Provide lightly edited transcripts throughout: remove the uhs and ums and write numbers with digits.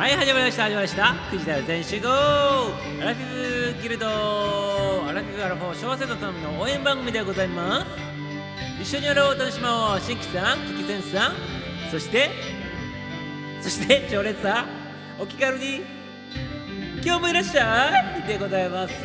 はい、始まりました、始まりました。9時台全集合アラフィフギルドアラフィフアラフォー小学生のための応援番組でございます。一緒にやろう、楽しもう。新規さん、キキセンさん、そして常連さん、お気軽に今日もいらっしゃいでございます。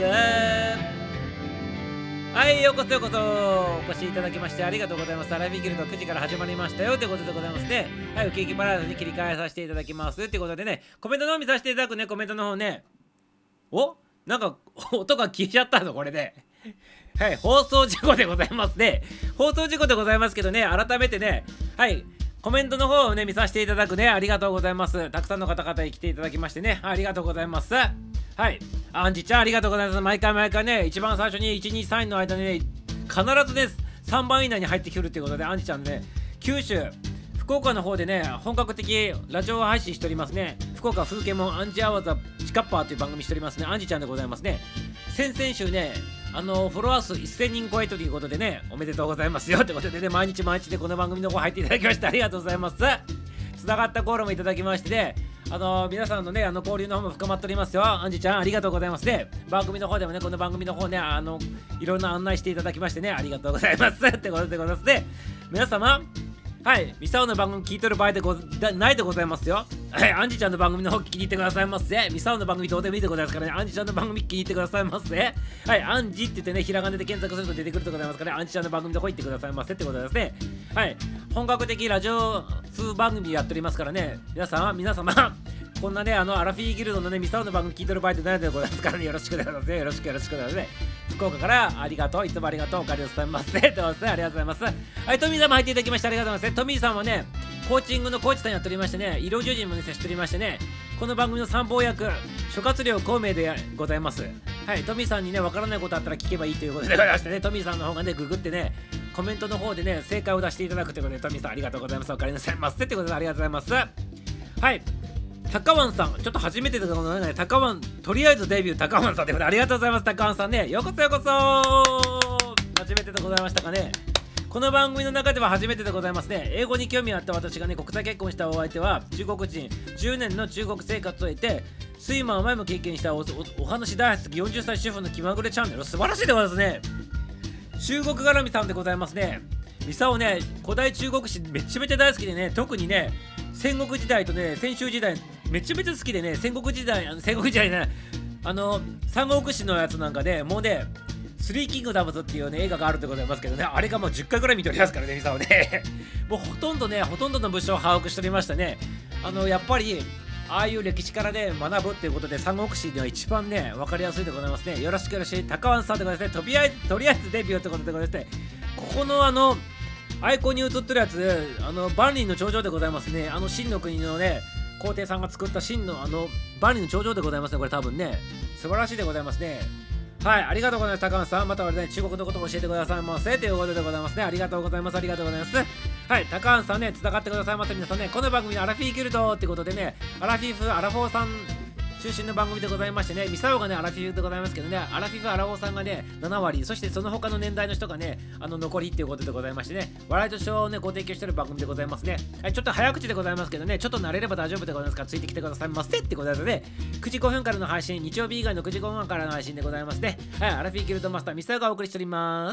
はい、ようこそようこそお越しいただきましてありがとうございます。アラフィフギルド9時から始まりましたよということでございますね。はい、ウキウキパラードに切り替えさせていただきますということでね、コメントの方見させていただくね。コメントの方ね、なんか音が消えちゃったぞこれで。はい、放送事故でございますね。放送事故でございますけどね、改めてね、はい、コメントの方をね見させていただくね。ありがとうございます。たくさんの方々に来ていただきましてね、ありがとうございます。はい、アンジちゃんありがとうございます。毎回ね、一番最初に1、2、3の間にね、必ずです3番以内に入ってくるということで、アンジちゃんね、九州福岡の方でね、本格的ラジオ配信しておりますね。福岡風景もんアンジアワザチカッパーという番組しておりますね。アンジちゃんでございますね。先々週ね、フォロワー数1000人超えということでね、おめでとうございますよってことでね、毎日でこの番組の方入っていただきましてありがとうございます。つながったコールもいただきましてね、皆さんのね、交流の方も深まっておりますよ。アンジちゃんありがとうございますね。番組の方でもね、この番組の方ね、いろんな案内していただきましてね、ありがとうございますってことでございますね。皆様、はい、ミサオの番組聞いてる場合でないでございますよ。はい、アンジちゃんの番組の方聞いてくださいませ。ミサオの番組どうでもいいでございますからね、アンジちゃんの番組聞いてくださいませ。はい、アンジって言ってね、ひらがなで検索すると出てくるでございますからね、アンジちゃんの番組の方行ってくださいませってことですね。はい、本格的ラジオ風番組やっておりますからね、皆様、こんなね、アラフィーギルドのね、ミサオの番組聞いてる場合でないでございますからね、よろしくでございますね。よろしくでございますね。福岡からありがとう、いつもありがとう、お借りを伝えますね。どうもありがとうございます。はい、トミーさんも入っていただきましてありがとうございます。トミーさんはね、コーチングのコーチさんやっておりましてね、医療従事もね、接しておりましてね、この番組の参謀役、諸葛亮孔明でございます。はい、トミーさんにね、わからないことあったら聞けばいいということでございましてね、トミーさんの方がね、ググってね、コメントの方でね、正解を出していただくということで、トミーさんありがとうございます。お借りなさいませってことでありがとうございます。はい。高湾さん、ちょっと初めてでございますね。高湾、とりあえずデビュー、高湾さんということでありがとうございます。高湾さんね、ようこそようこそ初めてでございましたかね。この番組の中では初めてでございますね。英語に興味あった私がね、国際結婚したお相手は中国人、10年の中国生活を経て、スイマー前も経験したお話大好き40歳主婦の気まぐれチャンネル、素晴らしいでございますね。中国絡みさんでございますね。ミサオね、古代中国史めちゃめちゃ大好きでね、特にね、戦国時代とね、先週時代めちゃめちゃ好きでね、戦国時代ね、三国志のやつなんかでもうね、スリーキングダムズっていうね映画があるでございますけどね、あれがもう10回ぐらい見ておりますからね、ミサオね。もうほとんどの武将を把握しておりましたね。やっぱりああいう歴史からね学ぶっていうことで三国志では一番ね分かりやすいでございますね。よろしくよろしく、高湾さんでございますね。とりあえずデビューってことでございまして、ここのアイコンに映ってるやつ、万里の長城でございますね。秦の国のね皇帝さんが作った秦の万里の長城でございますね。これ多分ね素晴らしいでございますね。はい、ありがとうございます。高橋さん、またね、中国のことを教えてくださいませということでございますね。ありがとうございます。ありがとうございます。はい、高橋さんね、つながってくださいませ。皆さんね、この番組のアラフィーギルドってことでね、アラフィフ、アラフォーさん中心の番組でございましてね、ミサオがね、アラフィフでございますけどね、アラフィフ、アラフォーさんがね、7割、そしてその他の年代の人がね、残りっていうことでございましてね、笑いとショーをね、ご提供してる番組でございますね。はい、ちょっと早口でございますけどね、ちょっと慣れれば大丈夫でございますから、ついてきてくださいませってことでね、9時5分からの配信、日曜日以外の9時5分からの配信でございますね。はい、アラフィーギルドマスター、ミサオがお送りしております。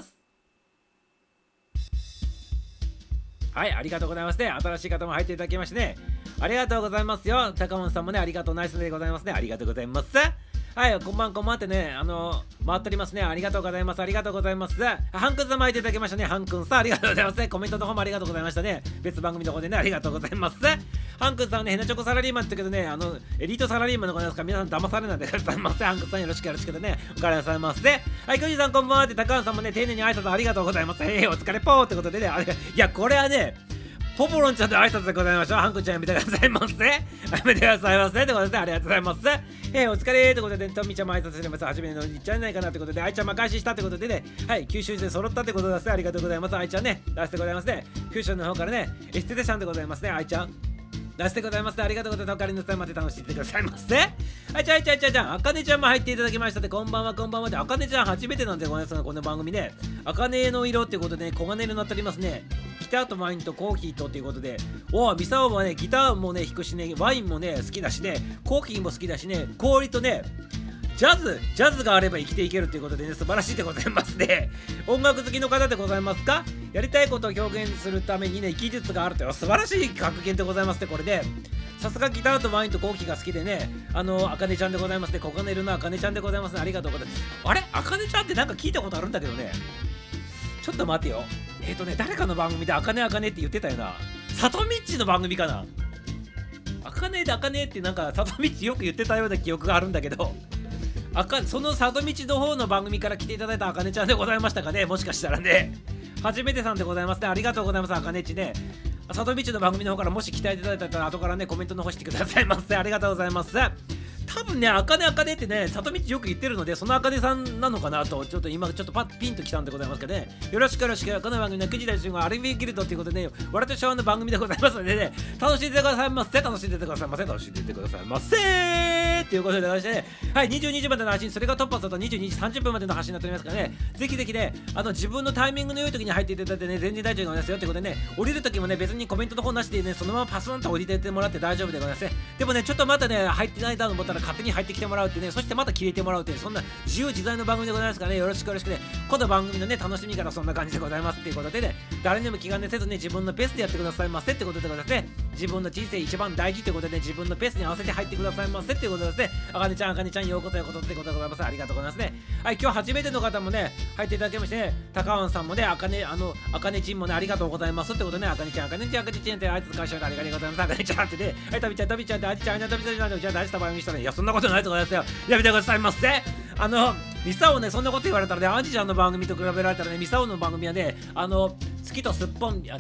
はい、ありがとうございますね。新しい方も入っていただきましてね、ありがとうございますよ。高門さんもね、ありがとう、ナイスでございますね。ありがとうございます。はい、こんばんってね、回っておりますね。ありがとうございます。ありがとうございます。ハンくんさんも入っていただきましたね。ハンくんさん、ありがとうございますね。コメントの方もありがとうございましたね。別番組の方でね、ありがとうございます。ハンくんさんはね、ヘナチョコサラリーマンって言うけどね、エリートサラリーマンの方ですから、皆さん騙されないでくださいませ。ハンくんさんよろしくよろしくでね、おかえりなさいませ。はい、巨人さんこんばんはって、高橋さんもね、丁寧に挨拶ありがとうございます。お疲れぽーってことでね、いや、これはね、ポポロンちゃんで挨拶でございましょう。ハンクちゃんやめてくださいませ。やめてくださいませ。ってことで、ありがとうございます。お疲れってことで、トミちゃんも挨拶してます。初めてのにっちゃいないかなってことで、愛ちゃんも開始したってことでね、はい、九州で揃ったってことですね。ありがとうございます。愛ちゃんね、出してございますね。九州の方からね、エステテさんでございますね。愛ちゃん。出してございますね。ありがとうございます。お借りの際まで楽しんでくださいませ。はい、ちゃん、あかねちゃんも入っていただきましたって、こんばんは、こんばんはで、あかねちゃん初めてなんでございますが、この番組ね、あかねの色ってことで、ね、黄金色になっておりますね。 ギターとワインとコーヒーとっていうことで、ミサオもねギターもね弾くしね、ワインもね好きだしね、コーヒーも好きだしね、氷とねジャズがあれば生きていけるということでね、素晴らしいでございますね。音楽好きの方でございますか？やりたいことを表現するためにね技術があるという素晴らしい格言でございますね。これでさすがギターとワインとコーヒーが好きでね、あかねちゃんでございますね。ここにいるのはあかねちゃんでございますね。ありがとうございます。あれ、あかねちゃんってなんか聞いたことあるんだけどね。ちょっと待てよ。誰かの番組であかねって言ってたよな。さとみっちの番組かな。あかねってなんかさとみっちよく言ってたような記憶があるんだけど、そのさとみちの方の番組から来ていただいたあかねちゃんでございましたかね。もしかしたらね、初めてさんでございますね。ありがとうございます。あかねちね、さとみちの番組の方からもし期待いただいたら後からねコメントの方してくださいませ。ありがとうございます。多分ね、あかねってね、さとみちよく言ってるので、そのあかねさんなのかなと、ちょっと今、ピンときたんでございますけどね。よろしく。この番組の9時台集合アルビーギルドということでね、我と昭和の番組でございますのでね、楽しんでいってくださいませ。ということでございましてね、はい、22時までの配信、それが突破すると22時30分までの配信になっておりますからね、ぜひね、自分のタイミングの良い時に入っていただいてね、全然大丈夫でございますよということでね、降りる時もね、別にコメントの方なしでね、そのままパスンと降りてってもらって大丈夫でございますね。でもね、ちょっとまたね、入ってないだと思ったら勝手に入ってきてもらうってね、そしてまた消えてもらうっていう、そんな自由自在の番組でございますからね、よろしくね。この番組のね、楽しみ方そんな感じでございますっていうことでね、誰にも気兼ねせずね、自分のペースでやってくださいませってことでございますね。自分の人生一番大事ってことで、自分のペースに合わせて入ってくださいませっていうことですね。あかねちゃんようこそってことでございます。ありがとうございますね。はい、今日初めての方もね、入っていただきましてね、高尾さんもね、あかねちんもね、ありがとうございますってことでね、あかねちゃんってあいつ会社でありがとうございます。あかねちゃんってね、はい、飛びちゃんって、あじちゃんって、じゃあ大した番組したら、いや、そんなことないと思いますよ。やめてくださいませ。ミサオね、そんなこと言われたらね、アンジちゃんの番組と比べられたらね、ミサオの番組はね、月とすっぽんって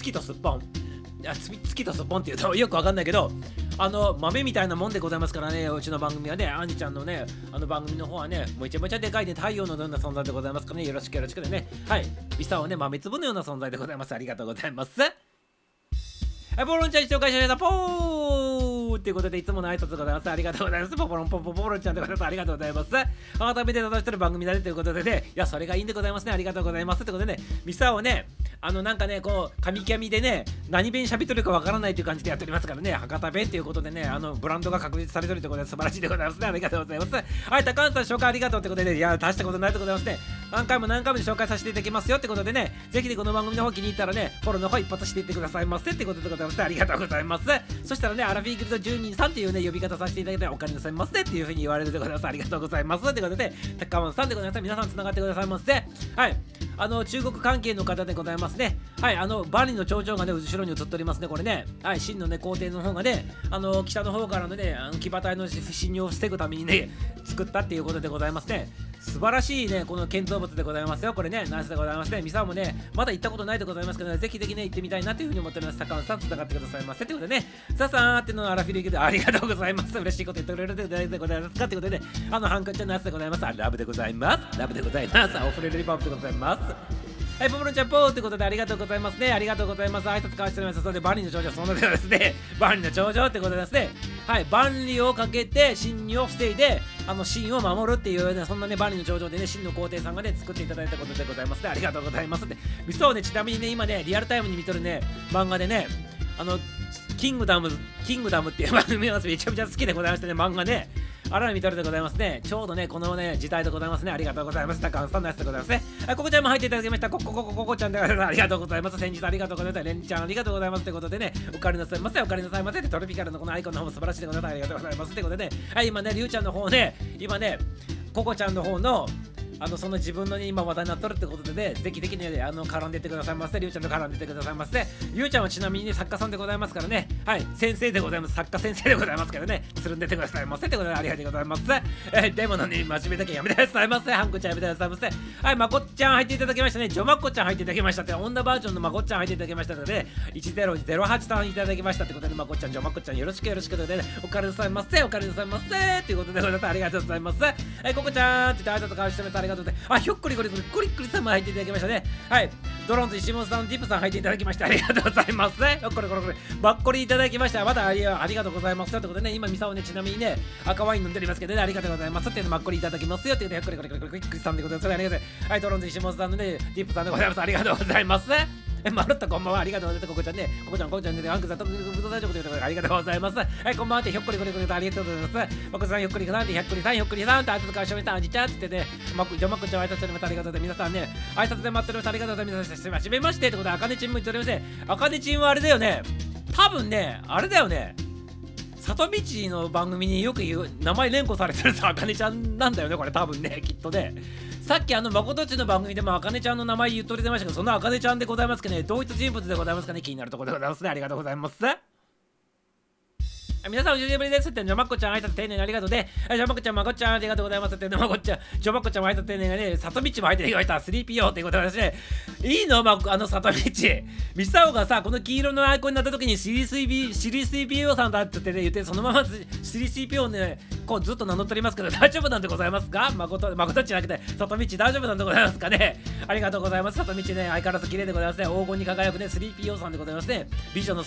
言うとよくわかんないけど、豆みたいなもんでございますからね、うちの番組はね、アンジちゃんのね、番組の方はね、めちゃめちゃでかいね、太陽のような存在でございますからね、よろしくでね、はい、ミサオね、豆粒のような存在でございます。ありがとうございます。はい、ポロンちゃん紹介しました。ポーっていうことで、いつもの挨拶でございます。ありがとうございます。ポロンちゃんでございます。ありがとうございます。改めて正してる番組だねということでね、いや、それがいいんでございますね。ありがとうございます。ってことでね、ミサをね、なんかね、こう、神キャミでね、何弁喋ってるかわからないという感じでやっておりますからね、博多弁ということでね、ブランドが確立されてるということで素晴らしいでございますね。ありがとうございます。はい、高橋さん紹介ありがとうってことでね、いや、大したことないでございますね。何回もで紹介させていただきますよってことでね、ぜひこの番組の方気に入ったらね、フォローの方一発していってくださいませってことでございます。ありがとうございます。そしたらね、アラフィーギルド10人さんっていうね、呼び方させていただいてお借りなさいませっていうふうに言われるでございます。ありがとうございますってことで、高橋さんでございます。皆さん繋がってくださいませ。はい、中国関係の方でございますね。はい、万里の長城がね、後ろに映っておりますね、これね。はい、秦のね、皇帝の方がね、北の方からのね、騎馬隊の侵入を防ぐためにね、作ったっていうことでございますね。素晴らしいね、この建造物でございますよ。これね、ナイスでございますね。ミサオもね、まだ行ったことないでございますけど、ね、ぜひね、行ってみたいなというふうに思っております。高尾さん、繋がってくださいませ。ということでね、さーってのアラフィリギでありがとうございます。嬉しいこと言ってくれるでございますかということでね、ハンカチのナイスでございます。ラブでございます。ラブでございます。オフレルリバーブでございます。はい、ポムロンちゃんポーってことでありがとうございますね。ありがとうございます。挨拶交わしております。それで万里の長城、そのではですね、万里の長城ってことでですね、はい、万里をかけて侵入を防いで、秦を守るっていうね、そんなね、万里の長城でね、秦の皇帝さんがね、作っていただいたことでございますね。ありがとうございますって。そうね、ちなみにね、今ね、リアルタイムに見とるね、漫画でね、キングダムっていう番組がめちゃめちゃ好きでございましてね、漫画ね。あら見とるでございますね。ちょうどね、このね、時代でございますね。ありがとうございます。高橋さんのやつでございますね。ここちゃんも入っていただきました。ここちゃんでございます。ありがとうございます。先日ありがとうございます。レンちゃんありがとうございますということでね、お帰りなさいませ。お帰りなさいませ。トロピカルのこのアイコンの方も素晴らしいでございます。ありがとうございます。ということでね、はい、今ね、りゅうちゃんの方ね、今ね、ココちゃんの方のその自分の、ね、今話題になっとるってことでね、ぜひね、絡んでいってくださいませ。りゅうちゃんと絡んでいってくださいませ。りゅうちゃんはちなみにね、作家さんでございますからね、はい、先生でございます。作家先生でございますからね、つるんでてくださいませってことでありがとうございます。でもね、真面目だけやめてくださいませ。ハンコちゃんやめてくださいませ。はい、まこっちゃん入っていただきましたね。ジョマッコちゃん入っていただきましたって、女バージョンのまこっちゃん入っていただきましたので、1008さんいただきましたってことで、まこっちゃん、ジョマッコちゃんよろしくということでね、お帰りなさいませ。お帰りなさいませということでございます。ありがとうございます。ココちゃんって言って挨拶交わしてます。ありがとうございます。ひょっこりさんも入っていただきましたね。はい、ドローンズ石本さん、ディップさん入っていただきましてありがとうございます。こればっこりいただきました。まだありがとうございますよということでね、今ミサオね、ちなみにね、赤ワイン飲んでおりますけどね、ありがとうございますっていうのばっこりいただきますよっていうね、これさんでございます。ありがとうございます。はい、ドローンズ石本さんのね、ディップさんでございます。ありがとうございます。 まるっとこんばんは、ありがとうございます。ここちゃんね、ここちゃん、ここちゃんね、アンクさんと、ぶど大丈夫ということでありがとうございます。はい、こんばんはって、ひょっこりこりこりとありがとうございます。まこさん、ひょっこりさんって、ひょっこりさん、ひょっこりさんって、あいつからしょめた、あじちゃんってね、じゃまこちゃん、挨拶しております。ありがとうございます。皆さんね、挨拶で待っております。ありがとうございます。はじめましてってことで、あかねちんも言っておりません。あかねちんはあれだよね、多分ね、あれだよね。里道の番組によく言う名前連呼されてるさ、あかねちゃんなんだよね、これ多分ね、きっとね。さっきまことっちの番組でもあかねちゃんの名前言っとれてましたけど、そのあかねちゃんでございますかね、同一人物でございますかね、気になるところでございますね。ありがとうございます。皆さんお久しぶりですって、じゃまっこちゃん挨拶丁寧にありがとうで、じゃまっこちゃん、まこっちゃんありがとうございますって、じゃまっこちゃん、じゃまっこちゃんも挨拶丁寧がね、里道も入ってきました、3PO っていうことでですね、いいの里道。ミサオがさ、この黄色のアイコンになった時に 3PO さんだって言って、そのまま 3CPO をね、こうずっと名乗っておりますけど、大丈夫なんでございますか？まことっちじゃなくて、里道大丈夫なんでございますかね？ありがとうございます。里道ね、相変わらず綺麗でございますね。黄金に輝くね、3PO さんでございますね。美女の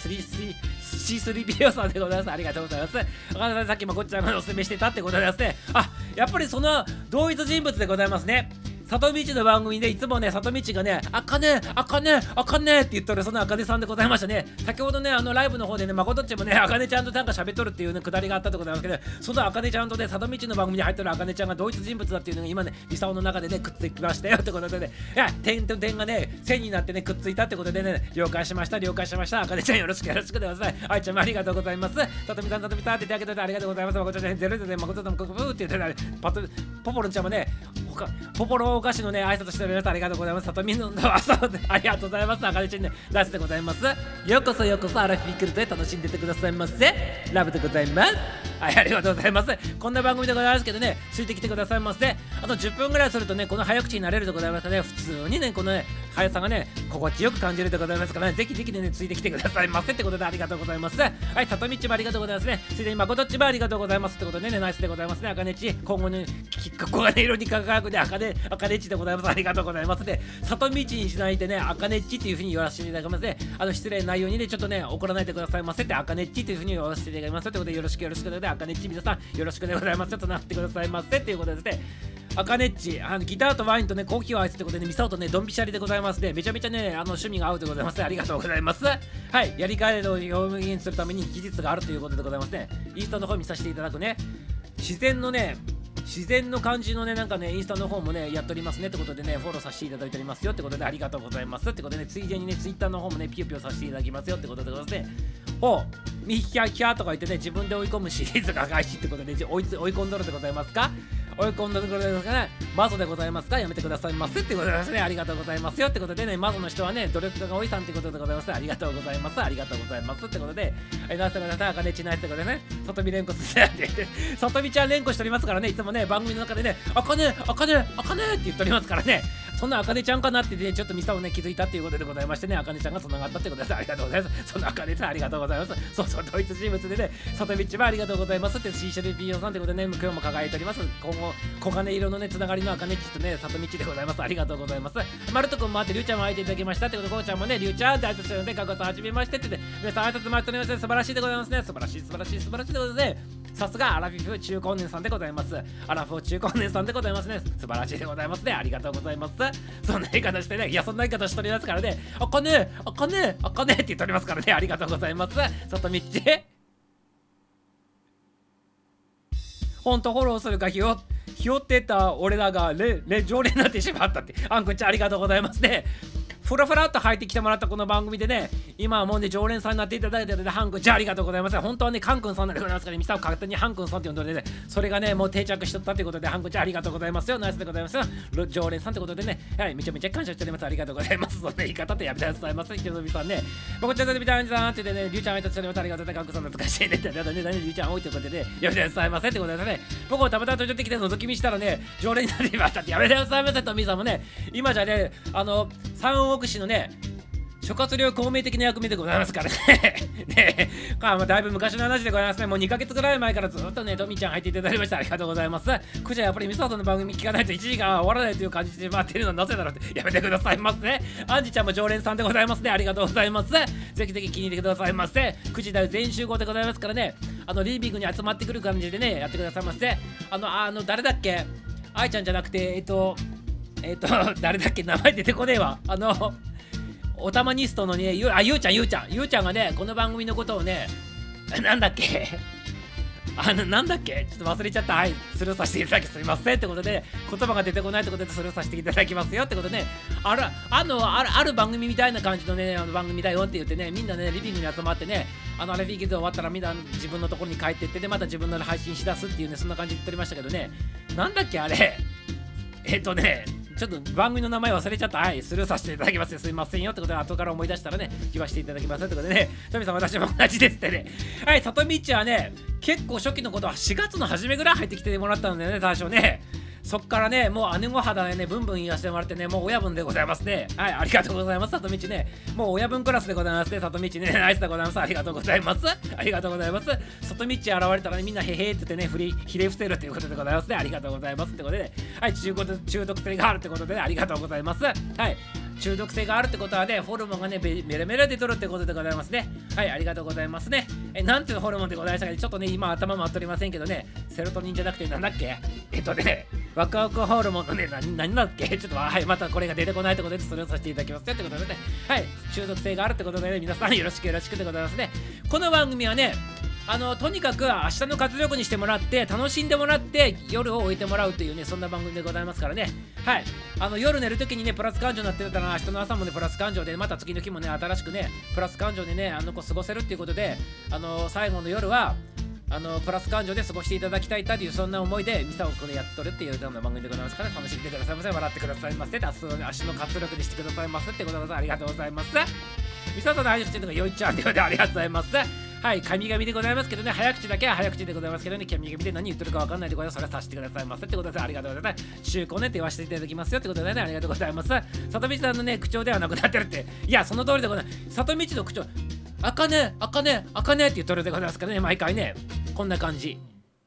C3PO さんでございます。ありがとうございます。さっきもこっちゃんがおすすめしてたってことでですね。あ、やっぱりその同一人物でございますね。里道の番組でいつもね、里道がね、あかねって言っとるそのあかねさんでございましたね。先ほどね、ライブの方でね、まことっちもね、あかねちゃんとなんか喋っとるっていうね、くだりがあったところなんですけど、そのあかねちゃんとね、里道の番組に入ってるあかねちゃんが同一人物だっていうのが今ね、リサオの中でね、くっつきましたよってことでね、いや、点と点がね、線になってね、くっついたってことでね、了解しました。あかねちゃんよろしくでください。あいちゃんもありがとうございます。里見さんって言っていただけてありがとうございます。まことちゃんね、ゼロでまことちゃんもブーって言ってポポロンちゃんもね、ポポロお菓子のね、挨拶しております。ありがとうございます。里見のありがとうございます。あかねちゃんね、ラスでございます。ようこそアラフィークルトへ楽しんでてくださいませ。ラブでございます。はい、ありがとうございます。こんな番組でございますけどね、ついてきてくださいませ。あと10分ぐらいするとね、この早口になれるでございますからね、普通にね、このね、速さがね、心地よく感じるでございますからね、ぜひね、ついてきてくださいませってことでありがとうございます。はい、里道もありがとうございますね。ついでにまことっちもありがとうございますってことでね、ナイスでございますね。あかねち、今後ね、黄金色に輝くであかねちでございます。ありがとうございますね。里道にしないでね、あかねちっていうふうに言わせていただきますね。失礼ないようにね、ちょっとね、怒らないでくださいませって、あかねちっていうふうに言わせていただきますってことで、よろしくで、あかねち皆さんよろしくでございます。ちょっとなってくださいませっていうことでですね、あかねっち、ギターとワインとね、コーヒーを愛すってことでね、ミサオとね、ドンピシャリでございますね。めちゃめちゃね、趣味が合うでございます。ありがとうございます。はい、やり替えを表現するために技術があるということでございますね。インスタの方見させていただくね、自然の感じのね、なんかね、インスタの方もね、やっておりますねってことでね、フォローさせていただいておりますよってことで、ありがとうございますってことでね、ついでにね、ツイッターの方もね、ピヨピヨさせていただきますよってことでございますね。ミヒキャキャーとか言ってね、自分で追い込むシリーズが開始ってことで、追い込んどるでございますか？追い込んどるでございますかね？マゾでございますか？やめてくださいませってことですね。ありがとうございますよってことでね、マゾの人はね、努力家が多いさんってことでございます。ありがとうございます。ありがとうございますってことで、ナイスでございます。あかねちナイスってことでね、里見連呼するって言って、里見ちゃん連呼しておりますからね、いつもね、番組の中でね、あかねって言っておりますからね、そんなあかねちゃんかなってね、ちょっとミサをね、気づいたっていうことでございましてね、あかねちゃんが繋がったってことです。ありがとうございます。そんなあかねちゃんありがとうございます。そう、同一人物でね、里道もありがとうございますって、シーシャル P4 さんってことでね、今日も輝いております。今後、黄金色のね、つながりのあかねちとね、里道でございます。ありがとうございます。まるとくんもあって、りゅうちゃんも会えていただきましたってことで、こうちゃんもね、りゅうちゃんって挨拶してるので、かこさんはじめましてって言って、皆さん挨拶回っております。素晴らしいでございますね。素晴らしいでございますね。さすがアラフィフ中高年さんでございます。アラフォー中高年さんでございますね。素晴らしいでございますね。ありがとうございます。そんな言い方してね、いや、そんな言い方しておりますからね、あかねって言っておりますからね、ありがとうございます。里道。ほんとフォローするかひよってた俺らが常連になってしまったって。あんこんちゃんありがとうございますね。ふらふらっと入ってきてもらったこの番組でね、今はもうね、常連さんになっていただいてるので、ハン君じゃありがとうございます。本当はね、カン君さんでございますから、ミサを勝手にハン君さんって呼んでるので、ね、それがね、もう定着しとったということで、ハン君じゃありがとうございますよ。ナイスでございますよ。常連さんってことでね、はい、めちゃめちゃ感謝しております。ありがとうございます。そんな言い方ってやめてくださいませ。ひろみさんね、こちらでみたいさんって言ってね、りゅうちゃん挨拶しております。ありがとうございます。カン君さん懐かしいねって、ね、りゅうちゃん多いということでね、やめてくださいませってことですね。僕もたまたま途中で来て覗き見したらね、常連になっていましたって、やめてくださいませと、みさんもね、今じゃね、三億市のね、諸葛亮公明的な役目でございますからね。ねえ、だいぶ昔の話でございますね。もう2ヶ月ぐらい前からずっとね、ドミちゃん入っていただきました。ありがとうございます。くじゃやっぱりミサトの番組聞かないと1時間は終わらないという感じで回っているのはなぜだろうって、やめてくださいませね。アンジちゃんも常連さんでございますね。ありがとうございます。ぜひぜひ気に入ってくださいませ。9時台全集合でございますからね、リビングに集まってくる感じでね、やってくださいませ。誰だっけ、愛ちゃんじゃなくて、誰だっけ、名前出てこねえわ。 おたまニストのね、ゆうちゃんがね、この番組のことをね、なんだっけなんだっけちょっと忘れちゃった。はい、スルーさせていただきすみませんってことで、言葉が出てこないってことでスルーさせていただきますよってことでね、ある番組みたいな感じのね、番組だよって言ってね、みんなね、リビングに集まってね、アラフィーキッド終わったらみんな自分のところに帰ってってで、また自分の配信しだすっていうね、そんな感じで言っておりましたけどね、なんだっけあれちょっと番組の名前忘れちゃった。はい、スルーさせていただきますよ。すいませんよってことで、後から思い出したらね、言わせていただきますってことでね、トミさん、私も同じですってね。はい、里道はね、結構初期のことは4月の初めぐらい入ってきてもらったんだよね、最初ね。そっからね、もう姉御肌でね、ブンブン言わせてもらってね、もう親分でございますね。はい、ありがとうございます、里道ね。もう親分クラスでございますね、里道ね。ナイスでございます。ありがとうございます。ありがとうございます。里道現れたらね、みんなへへって言ってね、ひれ伏せるということでございますね。ありがとうございますってことで、ね、はい、中毒性があるってことで、ね、ありがとうございます。はい。中毒性があるってことはね、ホルモンがね、メラメラ出とるってことでございますね。はい、ありがとうございますね。なんていうホルモンでございましたかね、ちょっとね、今頭回っておりませんけどね、セロトニンじゃなくてなんだっけワクワクホルモンのね、何だっけちょっと、はい、またこれが出てこないってことで、それをさせていただきますよってことでね、はい、中毒性があるってことでね、皆さんよろしくでございますね。この番組はね、とにかく明日の活力にしてもらって楽しんでもらって夜を置いてもらうというね、そんな番組でございますからね。はい、夜寝るときにねプラス感情になってたら明日の朝もねプラス感情で、また次の日もね新しくねプラス感情でね過ごせるっていうことで、最後の夜はプラス感情で過ごしていただきたいというそんな思いでミサをこれやっとるっていうような番組でございますから、楽しんでくださいませ、笑ってくださいませ、足の活力にしてくださいませってことでありがとうございます。ミサさんの配信してるのがよいちゃんということでありがとうございます。はい、神々でございますけどね、早口だけは早口でございますけどね、神々で何言ってるか分かんないでございます。それはさせてくださいませってことでありがとうございます。中古ねって言わせていただきますよってことでね、ありがとうございます。里道さんのね、口調ではなくなってるって、いや、その通りでございます。里道の口調、あかねって言っとるでございますからね、毎回ね、こんな感じ。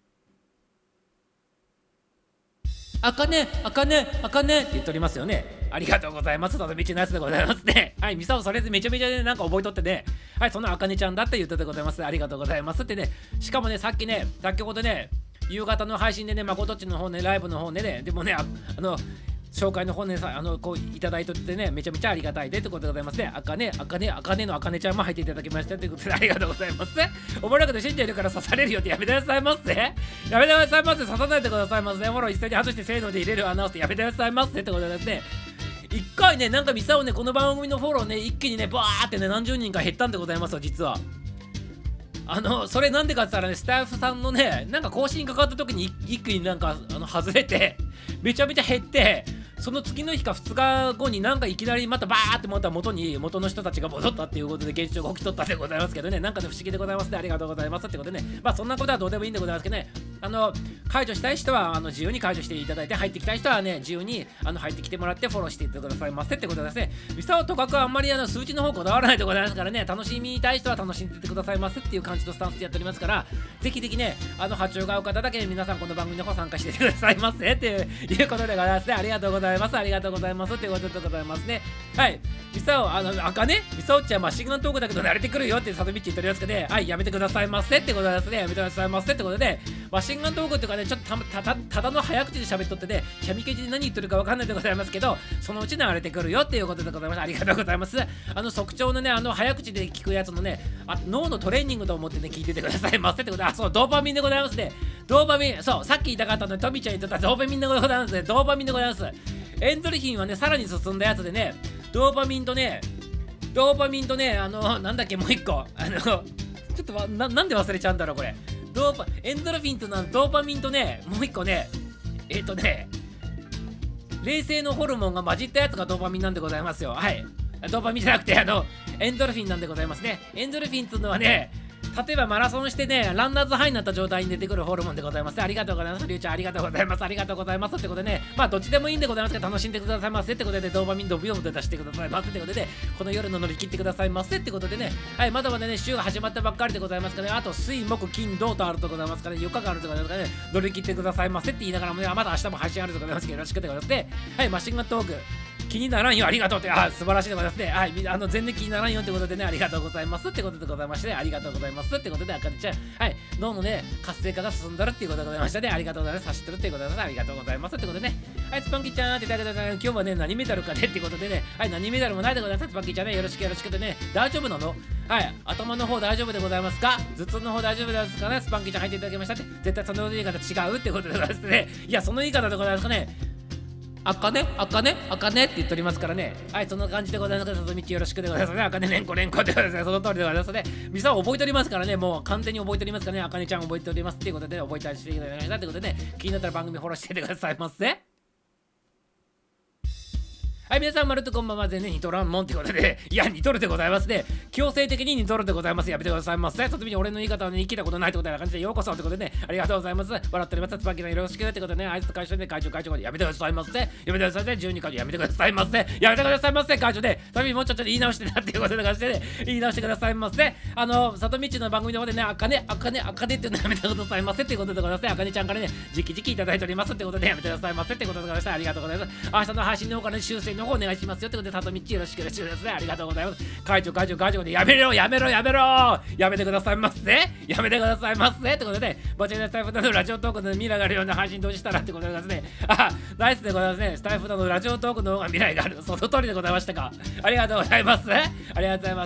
あかねって言っておりますよね。ありがとうございます。里道のやつでございますね。はい、ミサオそれでめちゃめちゃね、なんか覚えとってね、はい、そのあかねちゃんだって言ってでございます。ありがとうございますってね、しかもね、先ほどね、夕方の配信でね、まことっちの方ね、ライブの方ね、でもね、紹介の方ね、こういただいとってね、めちゃめちゃありがたいでってことでございますね。あかねのあかねちゃんも入っていただきましたということでありがとうございます。おもろくて信じているから刺されるよってやめてくださいませ。やめてくださいませ。刺さないでくださいませ。フォロー一斉に外してせーので入れるアナウンスやめてくださいませってことでですね。一回ね、なんかミサをね、この番組のフォローね、一気にね、バーってね、何十人か減ったんでございますよ、実は。それなんでかって言ったらね、スタッフさんのね、なんか更新かかった時に一気になんか外れて、めちゃめちゃ減って、その次の日か2日後になんかいきなりまたバーってまた元の人たちが戻ったっていうことで現象が起きとったでございますけどね、なんかね不思議でございますね。ありがとうございますってことでね、まあそんなことはどうでもいいんでございますけどね、解除したい人は自由に解除していただいて、入ってきたい人はね自由に入ってきてもらってフォローしていってくださいませってことですね。ミサオとかくはあんまり数値の方こだわらないでございますからね、楽しみたい人は楽しんでいってくださいませっていう感じのスタンスでやっておりますから、ぜひぜひね波長が合う方だけ皆さんこの番組の方参加していってくださいませっていうことでございますね。ありがとうございます。ありがとうございますってことでございますね。はい、ミサオミサオっちはマシンガントークだけど慣れてくるよって里道言っておりますけどね、はい、やめてくださいませってことですね。やめてくださいませってことで、マシンガントークっていうかね、ちょっとただの早口で喋っとってね、キャミケチで何言ってるか分かんないでございますけど、そのうち慣れてくるよっていうことでございます。ありがとうございます。即調のね、早口で聞くやつのね、脳のトレーニングと思ってね、聞いててくださいませってことで、そう、ドーパミンでございますね。ドーパミン、そう、さっき言いたかったので、トミちゃん言ってたドーパミンでございますね。ドーパミンでございます。エンドルフィンはね、さらに進んだやつでね、ドーパミンとね、なんだっけ、もう一個。ちょっとなんで忘れちゃうんだろう、これ。エンドルフィンとドーパミンとね、もう一個ね、冷静のホルモンが混じったやつがドーパミンなんでございますよ。はい。ドーパミンじゃなくて、エンドルフィンなんでございますね。エンドルフィンっていうのはね、例えばマラソンしてね、ランナーズハイになった状態に出てくるホルモンでございます。ありがとうございます。りゅうちゃんありがとうございます。ありがとうございますってことでね、まあどっちでもいいんでございますけど、楽しんでくださいませってことで、ドーパミンドビヨムで出してくださいませってことで、この夜の乗り切ってくださいませってことでね、はい、まだまだね、週が始まったばっかりでございますからね、あと水木金土とあるとございますからね、4日があるとございますからね、乗り切ってくださいませって言いながらもね、まだ明日も配信あるとございますけど、よろしくでございますね。はい、マシンガントーク気にならんよ、ありがとうって、素晴らしいでございますね。はい、全然気にならんよってことでね、ありがとうございますってことでございまして、ね、ありがとうございますってことで、あかねちゃん、はい、脳のね、活性化が進んだるっていうことでございましたね。ありがとうございます。走ってるっていうことでございます。ありがとうございますってことでね、 はい、スパンキーちゃんって言ったけど、今日はね、何メダルかねってことでね、はい、何メダルもないでございます。スパンキーちゃんね、よろしくよろしくでね、大丈夫なの？はい、頭の方大丈夫でございますか？頭痛の方大丈夫ですかね？スパンキーちゃん入っていただきましたって、絶対その言い方違うってことでございますね。いや、その言い方でございますかね。あかねって言っておりますからね。はい、そんな感じでございます。里道よろしくでございますね。あかね連呼でございますね。その通りでございますね。ミサを覚えておりますからね。もう完全に覚えておりますからね。あかねちゃん覚えておりますっていうことで、覚えたりしていただきましたってことでね、気になったら番組フォローしていてくださいませ。はい、皆さん、まるっとこんばんは。全然似とらんもんってことで、いや、似とるでございますね。強制的に似とるでございます。やめてくださいませ。その時に俺の言い方はね、聞いたことないってことな感じで、ようこそってことでね、ありがとうございます。笑っております。スパンキーさんよろしくってことでね、あいつと会長で、会長、やめてくださいませ。やめてくださいませ。12回やめてくださいませ。やめてくださいませ。会長で、その時もうちょっと言い直してなっていうことで感じで、ね、言い直してくださいませ。里道の番組の方でね、あかねっていうのやめてくださいませっていうことでございますね。あかねちゃんからね、じきいただいておりますってことで、やめてくださいませってことでございました。ありがとうございます。明日の配信の方から、ね、修正の方お願いしますよってで、里道よろしくですね。ありがとうございます。会長でやめてくださいませ。やめてくださいませってことで、バチェラスタイフのラジオトークの未来があるような配信どうしたらってことでですね。ナイスでございますね。スタイフのラジオトークの方が未来がある。その通りでございましたか。ありがとうございます。ありがとうございます。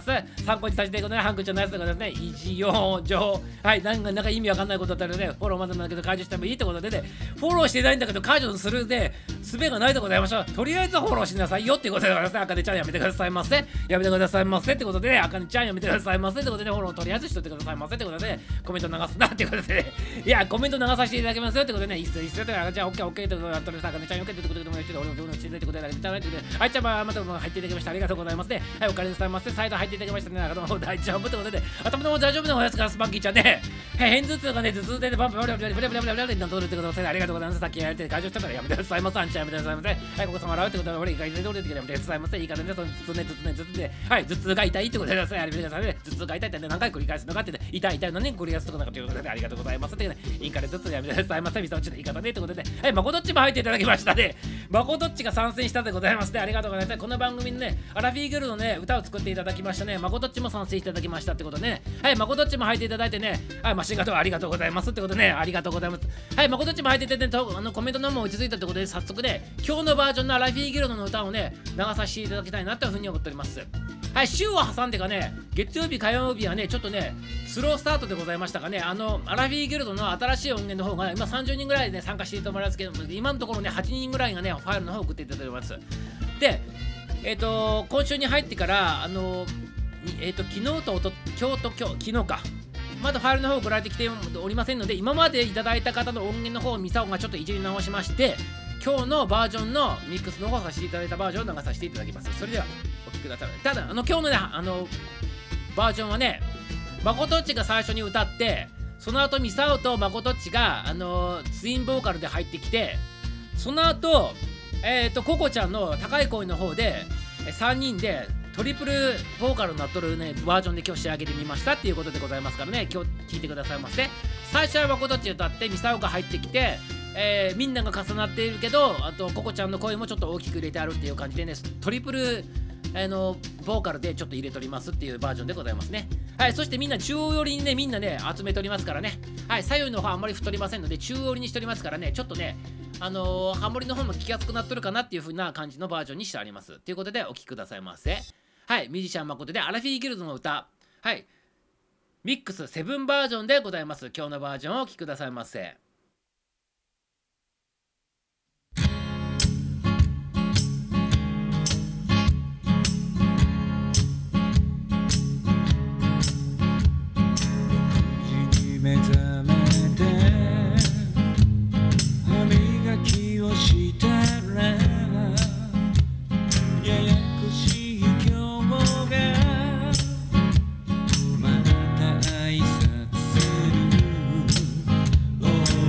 参考にさせていただくのは、ハンクちゃんナイスでございますね。一応上。はい、なんか意味わかんないことだったらね、フォローまだなんだけど解除してもいいってことでね、フォローしてないんだけど解除するで、術がないでございましょう。とりあえずフォローしなさいよってことでございますね。あかねちゃんやめてくださいませ。やめてくださいませってことで、あかねちゃんやめてくださいませってことで、フォローとりあえずしといてくださいませってことで、コメント流すなってことで、いや、コメント流させていただきますよってことでね、いっすって、じゃあ、オッケーってことで、あとでさ、あかねちゃんよけってことで、俺もどうしてってことで、はい、じゃあ、また入っていただきました。ありがとうございますね。はい、お金でございます。サイド入っていただきましたね。頭の方大丈夫ってことで、頭の方大丈夫なおやつからスパンキーちゃんね、片頭痛がね、頭痛でバンバンブラブラブラブラブラブラってなっとるってことで、ありがとうございます。さっきやられて解除したからやめてくださいませ。あんちゃんやめてくださいませ。はい、ここさん笑うってことで、俺以外でどれでやめてくださいませ。いいからね、その頭痛で、はい、頭痛が痛いってことでください。やめてくださいね。頭痛が痛いって何回繰り返すのかって痛いのね、繰り返すとこなかということで、ありがとうございますってね、いいから頭痛やめてくださいませ。みさおちの言い方ねってことで、はい、まこどっちも入っていただきましたね。まこどっちが参戦したでございますね。ありがとうございます。この番組にね、アラフィーギルのね、歌を作っていただきましたね。まこどっちも参戦いただきましたってことでね、はい、まこどっちも入っていただいてね、はい、マシンガトありがとうございますってことでね、ありがとうございます。はい、まこどっちも入っていただいて、コメントの方も落ち着いたってことで、早速ね、今日のバージョンのアラフィーギルドの歌をね、流させていただきたいなというふうに思っております。はい、週を挟んでかね、月曜日、火曜日はね、ちょっとね、スロースタートでございましたかね、アラフィーギルドの新しい音源の方が、今30人ぐらいで、ね、参加していただいてますけども、今のところね、8人ぐらいがね、ファイルの方を送っていただいております。で、今週に入ってから、昨日昨日か。まだファイルの方送られてきておりませんので、今までいただいた方の音源の方をミサオがちょっといじり直しまして、今日のバージョンのミックスの方をさせていただいたバージョンを流させていただきます。それではお聴きください。ただ今日のねバージョンはね、まことっちが最初に歌って、その後ミサオとまことっちがツインボーカルで入ってきて、その後ココちゃんの高い声の方で3人でトリプルボーカルになっとるねバージョンで今日仕上げてみましたっていうことでございますからね、今日聞いてくださいませ。最初はまことっち歌ってミサオが入ってきて、みんなが重なっているけど、あとココちゃんの声もちょっと大きく入れてあるっていう感じでね、トリプルボーカルでちょっと入れとりますっていうバージョンでございますね。はい、そしてみんな中央寄りにね、みんなね集めとりますからね。はい、左右の方あんまり太りませんので中央寄りにしておりますからね、ちょっとねハモリの方も聞きやすくなっとるかなっていう風な感じのバージョンにしてありますということでお聴きくださいませ。はい、ミュージシャン誠でアラフィーギルドの歌、はいミックス7バージョンでございます。今日のバージョンをお聴きくださいませ。 目覚めて歯磨きをしたらややこしい今日がまた挨拶する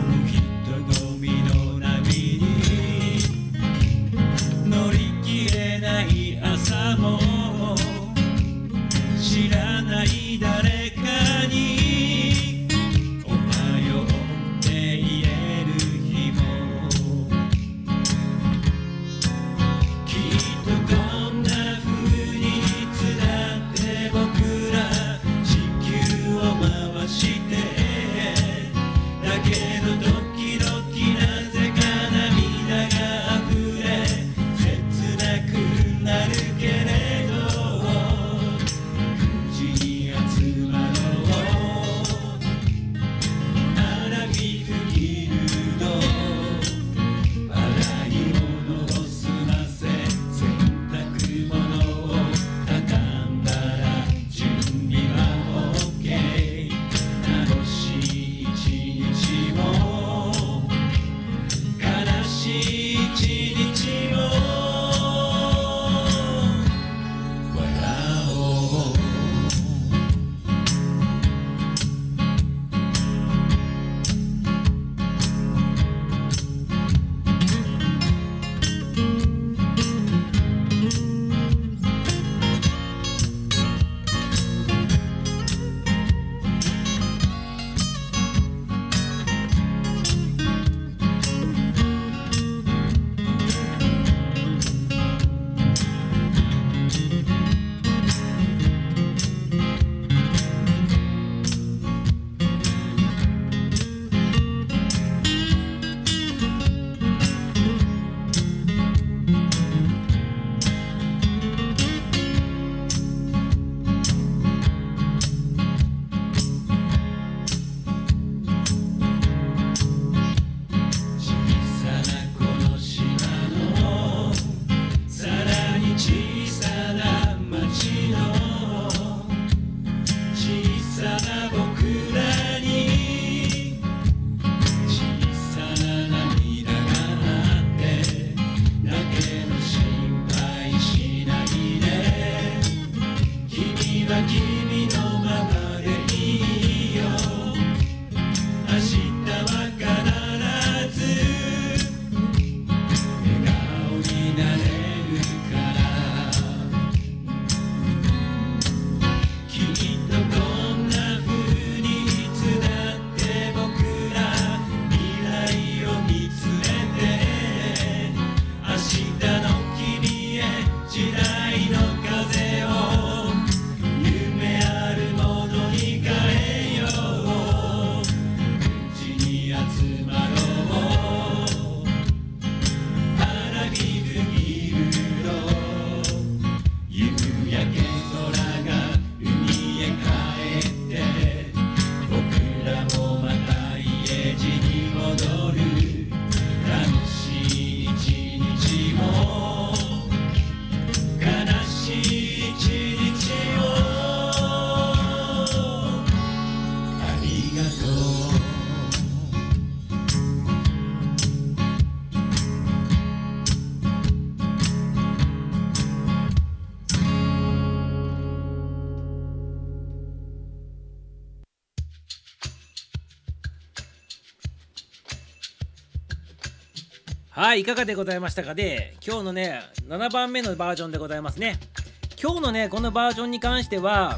はい、いかがでございましたかね。今日のね、7番目のバージョンでございますね。今日のね、このバージョンに関しては、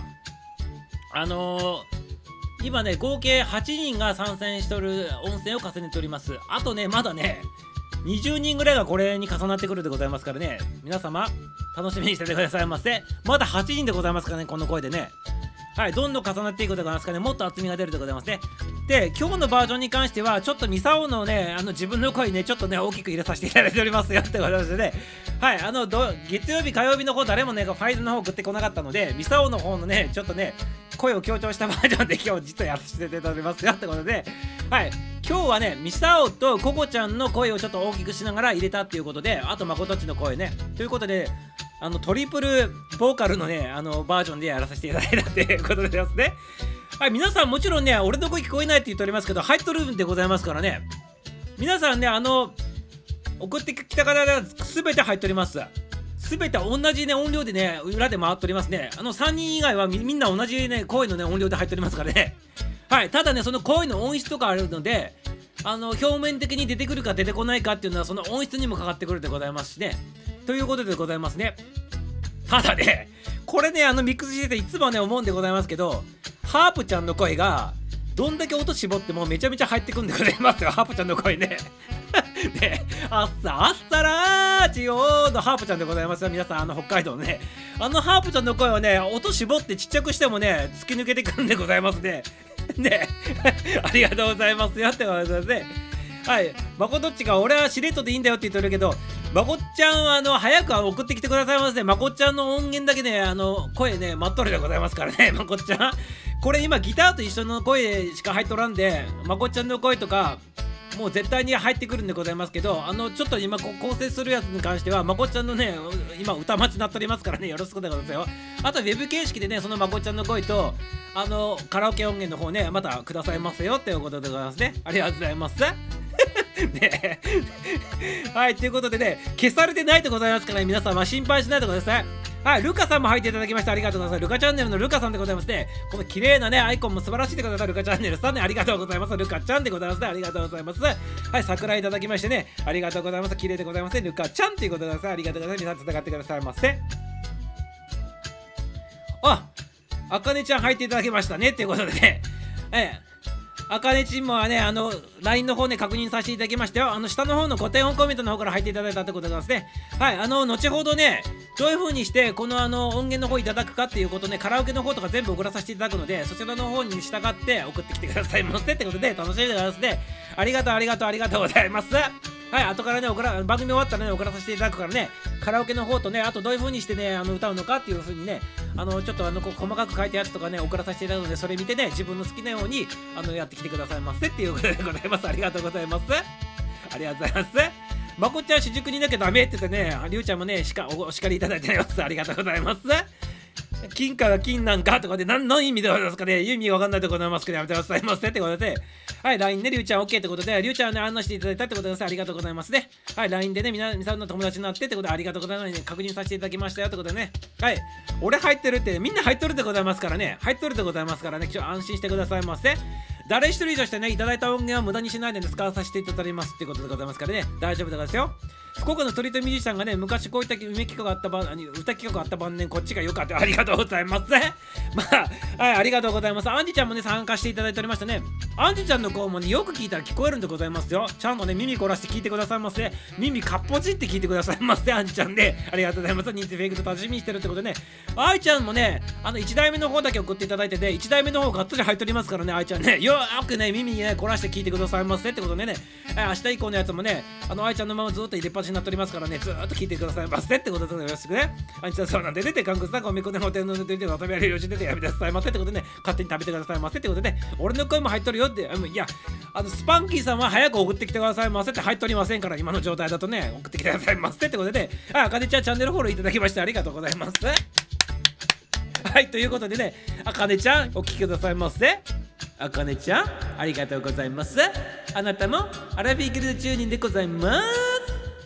今ね、合計8人が参戦しとる音声を重ねております。あとね、まだね、20人ぐらいがこれに重なってくるでございますからね、皆様、楽しみにしててくださいませ。まだ8人でございますからね、この声でね。はい、どんどん重なっていくでございますからね、もっと厚みが出るでございますね。で、今日のバージョンに関しては、ちょっとミサオのね、自分の声ね、ちょっとね、大きく入れさせていただいておりますよってことでね、はい、月曜日、火曜日の方、誰もね、ファイルの方送ってこなかったので、ミサオの方のね、ちょっとね、声を強調したバージョンで今日実はやらせていただいておりますよってことで、はい、今日はね、ミサオとココちゃんの声をちょっと大きくしながら入れたっていうことで、あとまことっちの声ね、ということで、トリプルボーカルのね、バージョンでやらさせていただいたっていうことでですね。はい、皆さんもちろんね、俺の声聞こえないって言っておりますけど、入っとるんでございますからね。皆さんね、送ってきた方が全て入っております。全て同じね、音量でね、裏で回っておりますね。3人以外はみんな同じね、声のね、音量で入っておりますからね。はい、ただね、その声の音質とかあるので、表面的に出てくるか出てこないかっていうのは、その音質にもかかってくるでございますしね。ということでございますね。ただね、これね、ミックスしてていつもね、思うんでございますけど、ハープちゃんの声がどんだけ音絞ってもめちゃめちゃ入ってくんでございますよ、ハープちゃんの声ね。で、あっさらーちよーのハープちゃんでございますよ、皆さん、北海道のね。ハープちゃんの声はね、音絞ってちっちゃくしてもね、突き抜けてくんでございますね。ね、ありがとうございますよってことですね。はい、まこどっちが俺はしれっとでいいんだよって言ってるけど、まこっちゃんは早く送ってきてくださいませね。まこっちゃんの音源だけね、声ね、待っとるでございますからね、まこっちゃん。これ今ギターと一緒の声しか入っとらんで、まこっちゃんの声とか、もう絶対に入ってくるんでございますけど、ちょっと今構成するやつに関しては、まこっちゃんのね、今歌待ちになっておりますからね、よろしくでございますよ。あとウェブ形式でね、そのまこっちゃんの声と、カラオケ音源の方ね、またくださいますよっていうことでございますね。ありがとうございます。ね、はい、ということでね、消されてないでございますから、ね、皆様心配しないでください。はい、ルカさんも入っていただきましてありがとうございます。ルカチャンネルのルカさんでございますね。この綺麗なね、アイコンも素晴らしいでございます。ルカチャンネルさんね、ありがとうございます。ルカちゃんでございますね。ありがとうございます。はい、桜いただきましてね、ありがとうございます。綺麗でございますね。ルカちゃんということでございます。ありがとうございます。皆さん、つながってくださいませ。あかねちゃん入っていただきましたね。っていうことでね、あかねちんもはね、LINE の方ね、確認させていただきましたよ。下の方のご提案コメントの方から入っていただいたってことでございますね。はい、後ほどね、どういう風にして、この音源の方いただくかっていうことね、カラオケの方とか全部送らさせていただくので、そちらの方に従って送ってきてくださいませってことで、楽しみでございますね。ありがとうございます。はい、後からね、番組終わったらね、送らさせていただくからね、カラオケの方とね、あとどういう風にしてね、歌うのかっていう風にね、ちょっと細かく書いたやつとかね、送らさせていただくので、それ見てね、自分の好きなようにやってきてくださいませっていうことでございます。ありがとうございます。ありがとうございます。まこっちゃん、主軸にいなきゃダメって言ってね、りゅうちゃんもね、お叱りいただいております。ありがとうございます。金貨が金なんかとかで何の意味でございますかね、意味わかんないでございますけど、やめてくださいませってことで、はい、LINE でりゅうちゃん OK ってことで、りゅうちゃんね、案内していただいたってことです。ありがとうございますね。はい、LINE でね、皆さんの友達になってってことで、ありがとうございますね。確認させていただきましたよってことでね。はい、俺入ってるって、みんな入っとるでございますからね。入っとるでございますからね。今日安心してくださいませ。誰一人としてね、いただいた音源は無駄にしないで、ね、使わさせていただきますってことでございますからね。大丈夫でございますよ。福岡のトリートミュージシャンがね、昔こういった夢企画があった歌企画があった晩年、こっちが良かった。ありがとうございます。まあ、はい、ありがとうございます。アンジちゃんもね、参加していただいておりましたね。アンジちゃんの声もね、よく聞いたら聞こえるんでございますよ。ちゃんとね、耳凝らして聞いてくださいませ。耳かっぽじって聞いてくださいませ。アンジちゃんね、ありがとうございます。認定フェイクと楽しみにしてるってことでね、愛ちゃんもね、1台目の方だけ送っていただいてて、1台目の方がっつり入っておりますからね、愛ちゃんね、よくね、耳にね、凝らして聞いてくださいませってことでね、明日以降のやつもね、愛ちゃんのままずっと入れっぱなしになっておりますからね、ずーっと聞いてくださいませってことでよろしくね。あんちゃんそうなんで出て、韓国さん、おみこでホテルの出て、渡辺漁師出て、やめてくださいませってことでね、勝手に食べてくださいませってことでね、俺の声も入っとるよって、いや、スパンキーさんは早く送ってきてくださいませって入っとりませんから、今の状態だとね、送ってきてくださいませってことでね、あかねちゃんチャンネルフォローいただきましてありがとうございます。はい、ということでね、あかねちゃん、お聞きくださいませ。あかねちゃん、ありがとうございます。あなたもアラフィーギルド10人でございます。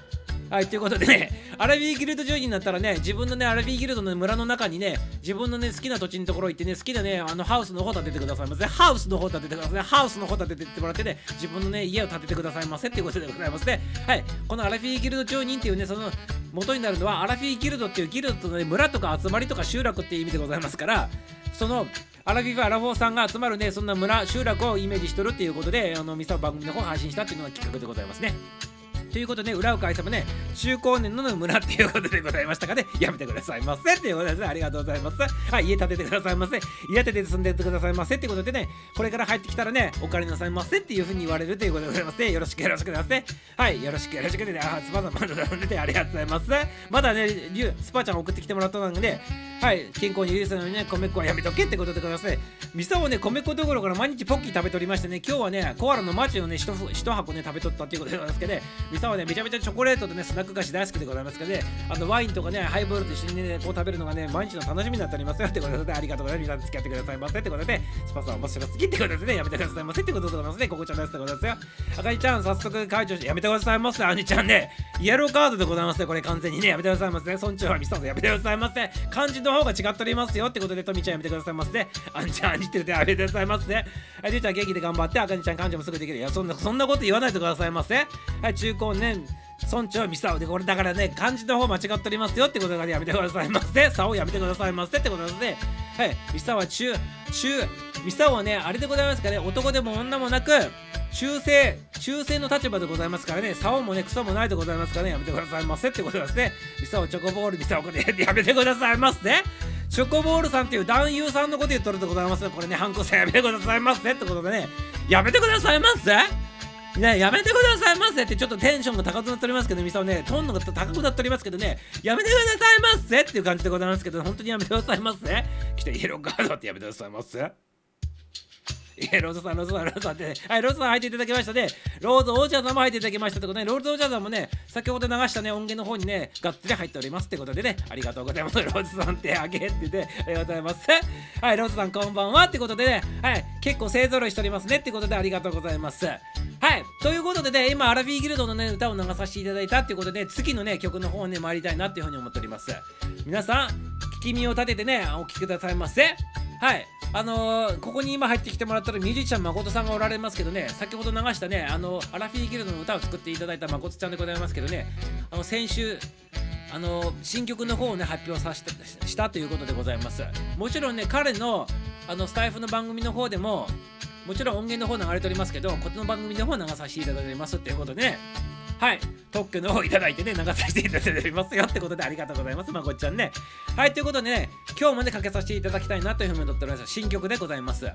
はい、ということでね、アラビーギルド10人になったらね、自分のね、アラビーギルドの村の中にね、自分のね、好きな土地のところ行ってね、好きなね、ハウスの方建ててくださいませ。ハウスの方建ててくださいね。ハウスの方建ててってもらってね、自分のね、家を建ててくださいませっていうことでございますね。はい、このアラフィーギルド10人っていうね、その元になるのは、アラフィーギルドっていうギルドとね、村とか集まりとか集落っていう意味でございますから、その、アラフィフ・アラフォーさんが集まるね、そんな村、集落をイメージしとるっていうことで、ミサ番組の方を配信したっていうのが企画でございますね。ということで、裏を返せばね、中高年の村っていうことでございましたかね、やめてくださいませっていうことですね。ありがとうございます。はい、家建ててくださいませ。家建てて住んでってくださいませっていうことでね、これから入ってきたらね、お借りなさいませっていうふうに言われるということでございますね。よろしくよろしくください。はい、よろしくよろしくでね、スパさんまだ出てありがとうございます。まだね、スパちゃん送ってきてもらったので、はい、健康に許すのにね、米粉はやめとけってことでください。ミサをね、米粉どころから毎日ポッキー食べとりましてね、今日はね、コアラのマチをね、一箱ね、食べとったっていうことでございますけどね、ミサはね、めちゃめちゃチョコレートとね、スナック菓子大好きでございますけどね、ワインとかね、ハイボールと一緒にね、こう食べるのがね、毎日の楽しみになっておりますよってことで、ありがとうございます。皆さん付き合ってくださいませってことで、スパさん面白すぎってことですね、やめてくださいませってことでございますね、ここちゃんですってことですよ。あかりちゃん、早速解除して、やめてくださいませ、あにちゃんね、イエローカードでございますね、これ完全にね、やめてくださいませ、村長はミサさんやめてくださいませ、漢字の方が違っておりますよってことで、とみちゃんやめてくださいませ、あんちゃん、あんにってるでやめてくださいませ、はい、りゅうちゃん元気で頑張って、あかりちゃん漢字もすぐできる。いや、そんなこと言わないでくださいませ。はい、中高年、村長ミサオで、これだからね、漢字の方間違っておりますよってことでやめてくださいませ。サオやめてくださいませってことですね。はい、ミサオはミサオはね、あれでございますかね、男でも女もなく、中性の立場でございますからね、サオもね、クソもないでございますからね、やめてくださいませってことですね。ミサオチョコボール、ミサオこでやめてくださいませね。チョコボールさんっていう男優さんのこと言っとるでございますね。これね、ハンコさんやめてくださいませってことでね、やめてくださいませね、やめてくださいませってちょっとテンションが高くなっておりますけど、ミサオね、トーンが高くなっておりますけどね、やめてくださいませっていう感じでございますけど、本当にやめてくださいませ。来てイエローカードってやめてくださいませ。ローズさんって、はい、ローズさん入っていただきましたね。ローズオーチャーさんも入っていただきましたってことで、ね、ローズオーチャーさんもね、先ほど流したね、音源の方にね、がっつり入っておりますってことでね、ありがとうございます。ローズさんってあげって言って、ありがとうございます。はい、ローズさんこんばんはってことでね、はい、結構勢ぞろいしておりますねってことで、ありがとうございます。はい、ということでね、今、アラフィーギルドのね、歌を流させていただいたっていうことで、次のね、曲の方をね、参りたいなっていうふうに思っております。皆さん、聞き耳を立ててね、お聴きくださいませ。はい、ここに今入ってきてもらったらミュージシャン誠さんがおられますけどね、先ほど流したね、アラフィーギルドの歌を作っていただいた誠ちゃんでございますけどね、先週、新曲の方をね、発表したということでございます。もちろんね、彼の、スタイフの番組の方でも、もちろん音源の方流れておりますけど、こっちの番組の方流させていただいてますっていうことでね、はい、特許の方いただいてね、流させていただいておりますよってことで、ありがとうございます、まこっちゃんね。はい、ということでね、今日もね、かけさせていただきたいなというふうに思っております。新曲でございます。はい、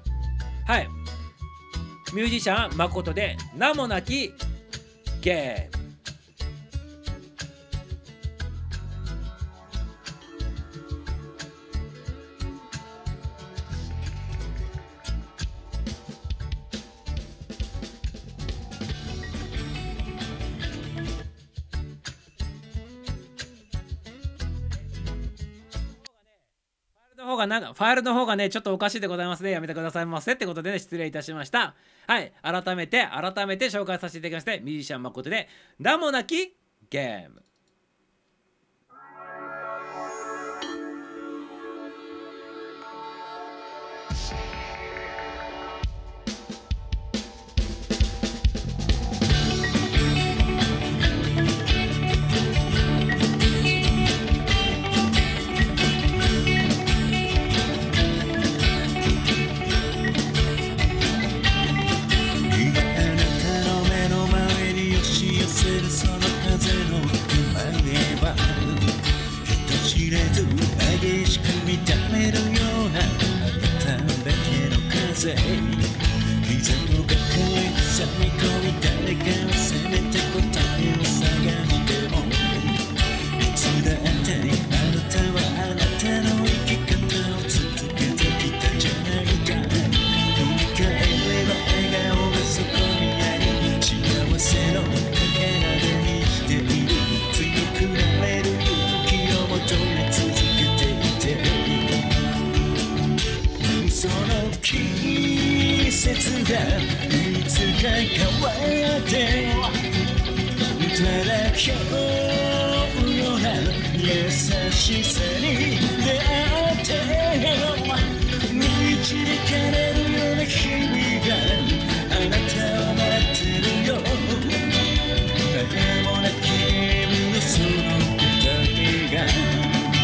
ミュージシャンまことで名もなきゲーム。ファイルの方がね、ちょっとおかしいでございますね。やめてくださいませってことでね、失礼いたしました。はい、改めて紹介させていただきまして、ミュージシャン誠で名もなきゲーム。 いつか変わってただ今日しさに出会って導かれるような日々があなたを待ってるよ何もなき君のその答えが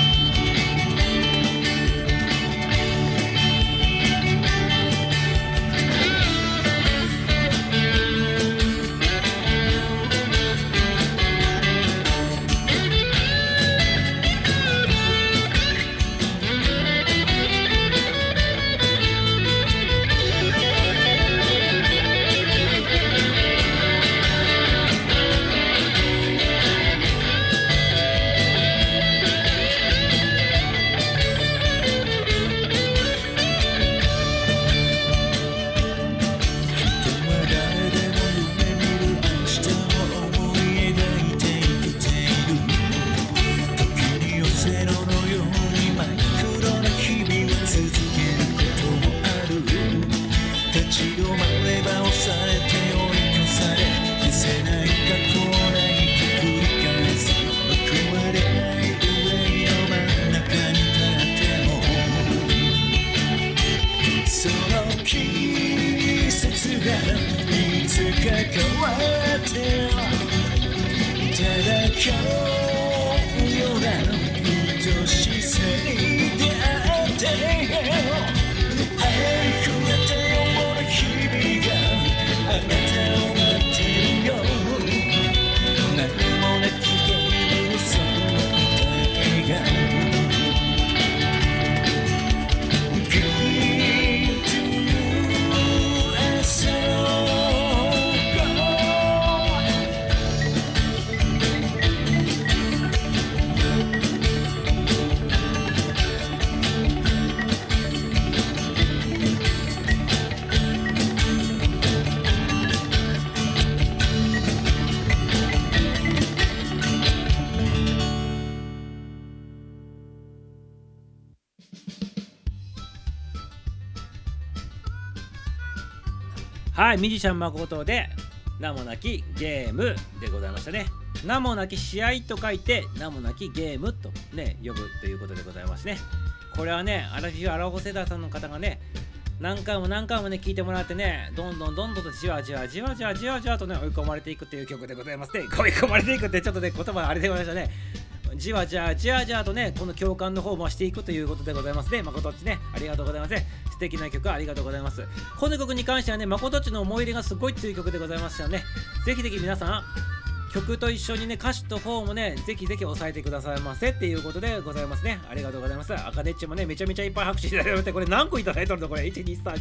はい、ミュージシャン誠で名もなきゲームでございましたね。名もなき試合と書いて名もなきゲームとね呼ぶということでございますね。これはねアラフィフ・アラフォ世代さんの方がね何回もね聞いてもらってねどんどんとじわじわとね追い込まれていくっていう曲でございますね。追い込まれていくってちょっとね言葉あれでございましたね。じわじわとねこの共感の方もしていくということでございますね。誠っちねありがとうございます。素敵な曲ありがとうございます。この曲に関してはね誠っちの思い入れがすごい強い曲でございますよね。ぜひ皆さん曲と一緒にね歌詞と方もねぜひ押さえてくださいませっていうことでございますね。ありがとうございます。あかねっちもねめちゃめちゃいっぱい拍手いただいており、これ何個いただいてるのこれ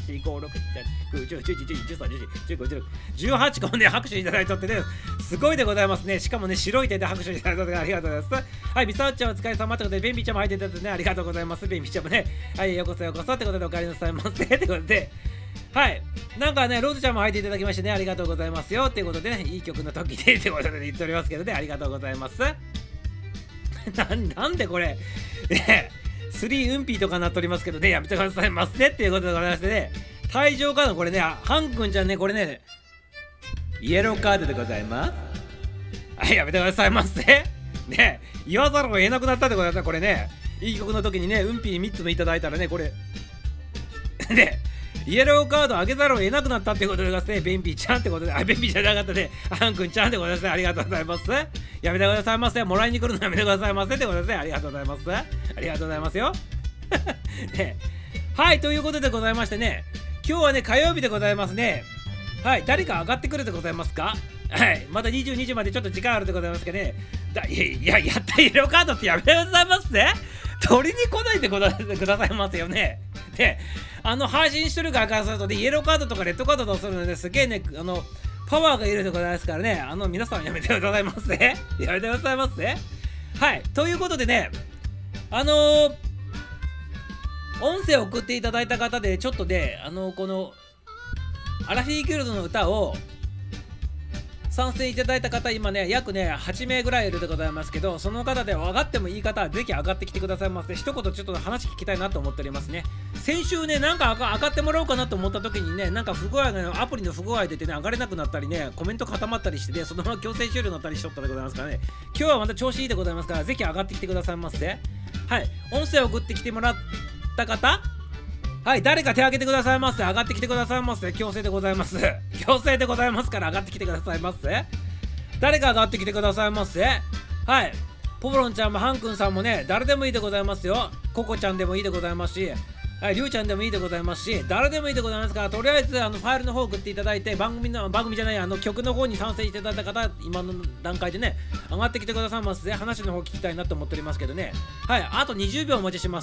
1,2,3,4,5,6,7,8,9,10,11,12,13,14,15,16,18 個ね拍手いただいておってねすごいでございますね。しかもね白い手で拍手いただいておってありがとうございます。はい、みさおちゃんお疲れ様ってことでベンビーちゃんも入っていただいてねありがとうございます。ベンビーちゃんもねはいようこそってことでお帰りなさいませってことではいなんかねローズちゃんも入っていただきましてねありがとうございますよっていうことでねいい曲の時でってことで言っておりますけどねありがとうございますなんでこれね3運ピーとかなっておりますけどねやめてくださいませっていうことでございましてね退場カードこれねハンくんちゃんねこれねイエローカードでございますはいやめてくださいませね言わざるを得なくなったってことだったこれねいい曲の時にね運ピー3つもいただいたらねこれねイエローカード上げざるを得なくなったってことでございますね。ベンピーちゃんってことで、ベンピーじゃなかったね。ハンくんちゃんってことですね。ありがとうございます。やめてくださいませ。もらいに来るのやめてくださいませってことですね。ありがとうございます。ありがとうございますよ。ね、はい、ということでございましてね、今日はね、火曜日でございますね。はい、誰か上がってくるでございますか？はい、まだ22時までちょっと時間あるでございますけどね。やったイエローカードってやめてくださいませ。取りに来ないでくださいますよね。で、配信してる側からするとね、イエローカードとかレッドカードとするのですげえね、パワーがいるでございますからね、皆さんやめてくださいませ。やめてくださいませ。はい、ということでね、音声を送っていただいた方で、ちょっとで、この、アラフィーギルドの歌を、参戦いただいた方今ね約ね8名ぐらいいるでございますけどその方で上がってもいい方はぜひ上がってきてくださいませ。一言ちょっと話聞きたいなと思っておりますね。先週ねなんか上がってもらおうかなと思った時にねなんか不具合がアプリの不具合でね上がれなくなったりねコメント固まったりしてねそのまま強制終了になったりしとったでございますからね今日はまた調子いいでございますからぜひ上がってきてくださいませ。 はい、音声を送ってきてもらった方、はい、誰か手挙げてくださいませ。上がってきてくださいませ。強制でございます。強制でございますから上がってきてくださいませ。誰か上がってきてくださいませ。はい、ポポロンちゃんもハンくんさんもね、誰でもいいでございますよ。ココちゃんでもいいでございますし、はい、りゅうちゃんでもいいでございますし、誰でもいいでございますから、とりあえずファイルの方送っていただいて、番組じゃない曲の方に賛成していただいた方、今の段階でね、上がってきてくださいませ。話の方聞きたいなと思っておりますけどね。はい、あと20秒お待ちします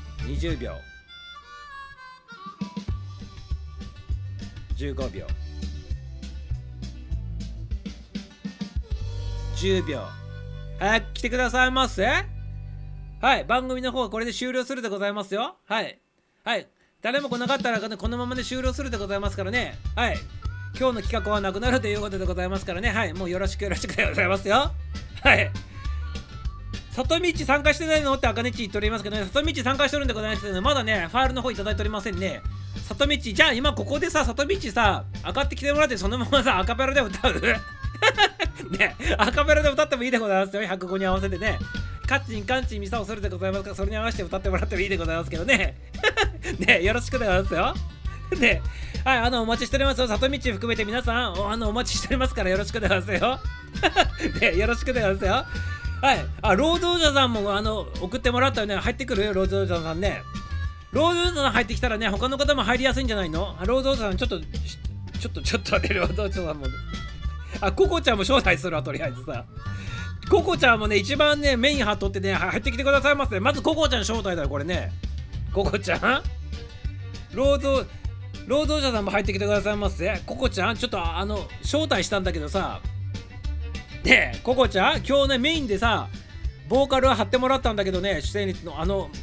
。20秒。15秒。10秒。早く来てくださいませ。はい、番組の方はこれで終了するでございますよ。はい。はい。誰も来なかったらこのままで終了するでございますからね。はい。今日の企画はなくなるということでございますからね。はい。もうよろしくでございますよ。はい。里道参加してないのってあかねち言っておりますけどね。里道参加してるんでございますけどね。まだね、ファイルの方いただいておりませんね。里道、じゃあ今ここでさ、里道さ、上がってきてもらって、そのままさ、アカペラで歌うね、アカペラで歌ってもいいでございますよ。105に合わせてね。カッチンカンチンミサをするでございますから、それに合わせて歌ってもらってもいいでございますけどね。ね、よろしくでございますよ。ね、はい、お待ちしておりますよ。里道含めて皆さん、お待ちしておりますから、よろしくでございますよ。ね、よろしくでございますよ。はい、労働者さんも送ってもらったよね。入ってくるよ、労働者さんね。労働者さん入ってきたらね、他の方も入りやすいんじゃないの？労働者さん、ちょっとね、労働者さんも。ココちゃんも招待するわ、とりあえずさ。ココちゃんもね、一番ね、メイン張っとってね、入ってきてくださいませ。まずココちゃん招待だよ、これね。ココちゃん労働者さんも入ってきてくださいませ。ココちゃん、ちょっと招待したんだけどさ。ねえ、ココちゃん、今日ね、メインでさ、ボーカルは貼ってもらったんだけどね、出演率の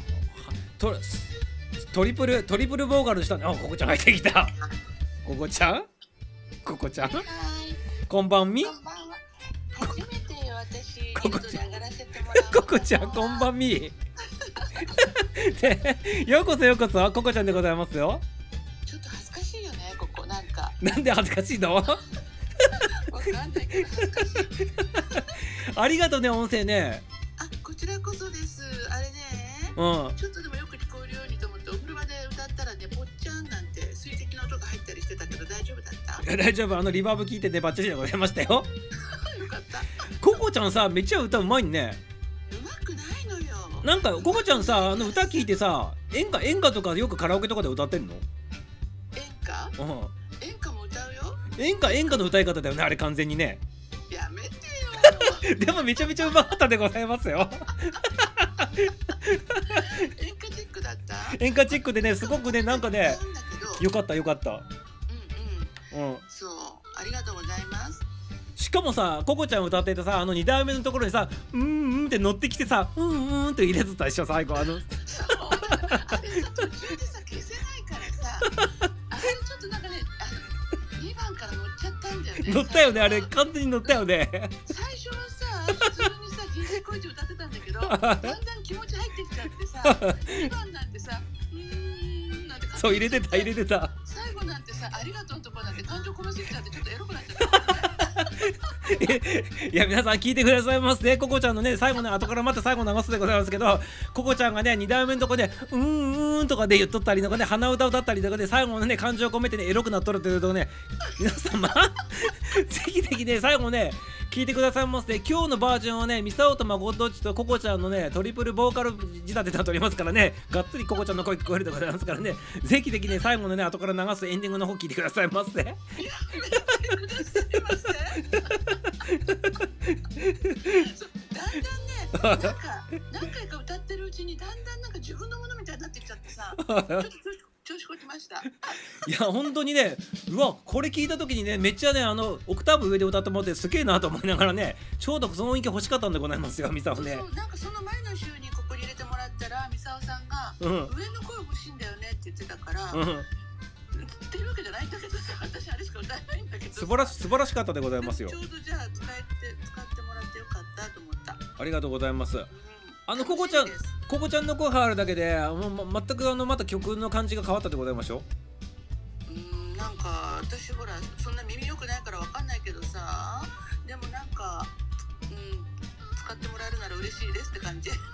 トリプルボーカルしたんで、ココちゃん入ってきた。ココちゃんこんばんみ。 初めて私ゲストで上がらせてもらう。 ココちゃんこんばんみ。ようこそココちゃんでございますよ。 ちょっと恥ずかしいよね、ここなんか。 なんで恥ずかしいの？ わかんないけど恥ずかしい。 ありがとうね、音声ね。 こちらこそです。あれね、ちょっとでもよく聞こえるようにと思って、お風呂場で歌ったらね、ぽっちゃんなんて水滴の音が入ったりしてたけど大丈夫だった？ 大丈夫、リバーブ聞いてね、バッチリでございましたよ。 よかった。 ココちゃんさ、めっちゃ歌うまいね。 うまくないのよ。 なんかココちゃんさ、歌聞いてさ、演歌とかよくカラオケとかで歌ってんの？ 演歌？演歌も歌うよ。 演歌の歌い方だよね、あれ完全にね。 やめてよ。 でもめちゃめちゃうまかったでございますよ。 演歌チックだった？ 演歌チックでね、すごくね、なんかね、よかった。 そう、ありがとうございます。 しかもさ、ココちゃん歌っててさ、2代目のところにさ、って乗ってきてさ、って入れてたでしょ、最後。 そう、あれさ、途中でさ、消せないからさ、あれちょっとなんかね、2番から乗っちゃったんだよね。 乗ったよね、あれ、完全に乗ったよね。 最初はさ、普通にさ、人生こいて歌ってたんだけど、だんだん気持ち入ってきちゃってさ、2番なんてさ、なんてそう、入れてた。 最後なんてさ、ありがとうのとこなんて感情込めすぎちゃって、ちょっとエロくなっちゃった。 いや、皆さん聞いてくださいませね。ココちゃんのね、最後ね、後からまた最後流すでございますけど、ココちゃんがね、2代目のとこでとかで言っとったりとかね、鼻歌歌ったりとかで、最後のね、感情込めてね、エロくなっとるというとね、皆様ぜひね、最後ね、聞いてくださいませ。今日のバージョンはね、ミサオとマコトッチとココちゃんのね、トリプルボーカル仕立てとなっておりますからね、がっつりココちゃんの声聞こえるでございますからね、ぜひね、最後のね、後から流すエンディングの方聞いてくださいませ。 やめてくださいませ。だんだんね、何回か歌ってるうちにだんだんなんか自分のものみたいになってきちゃってさ、ちょっと調子こきました。 いや、本当にね、うわ、これ聞いた時にね、めっちゃね、オクターブ上で歌ってもらってすげえなと思いながらね、ちょうどその雰囲気欲しかったんでございますよ、ミサオね。 そう、なんかその前の週にここに入れてもらったら、ミサオさんが、上の声欲しいんだよねって言ってたから、っていうわけじゃないんだけどさ、私あれしか歌えないんだけど、 素晴らしかったでございますよ。 ちょうどじゃあ使ってもらってよかったと思った。 ありがとうございます。ココちゃんの声変わるだけで、全くまた曲の感じが変わったでございましょう。なんか私ほらそんな耳良くないからわかんないけどさ、でもなんか使ってもらえるなら嬉しいですって感じ。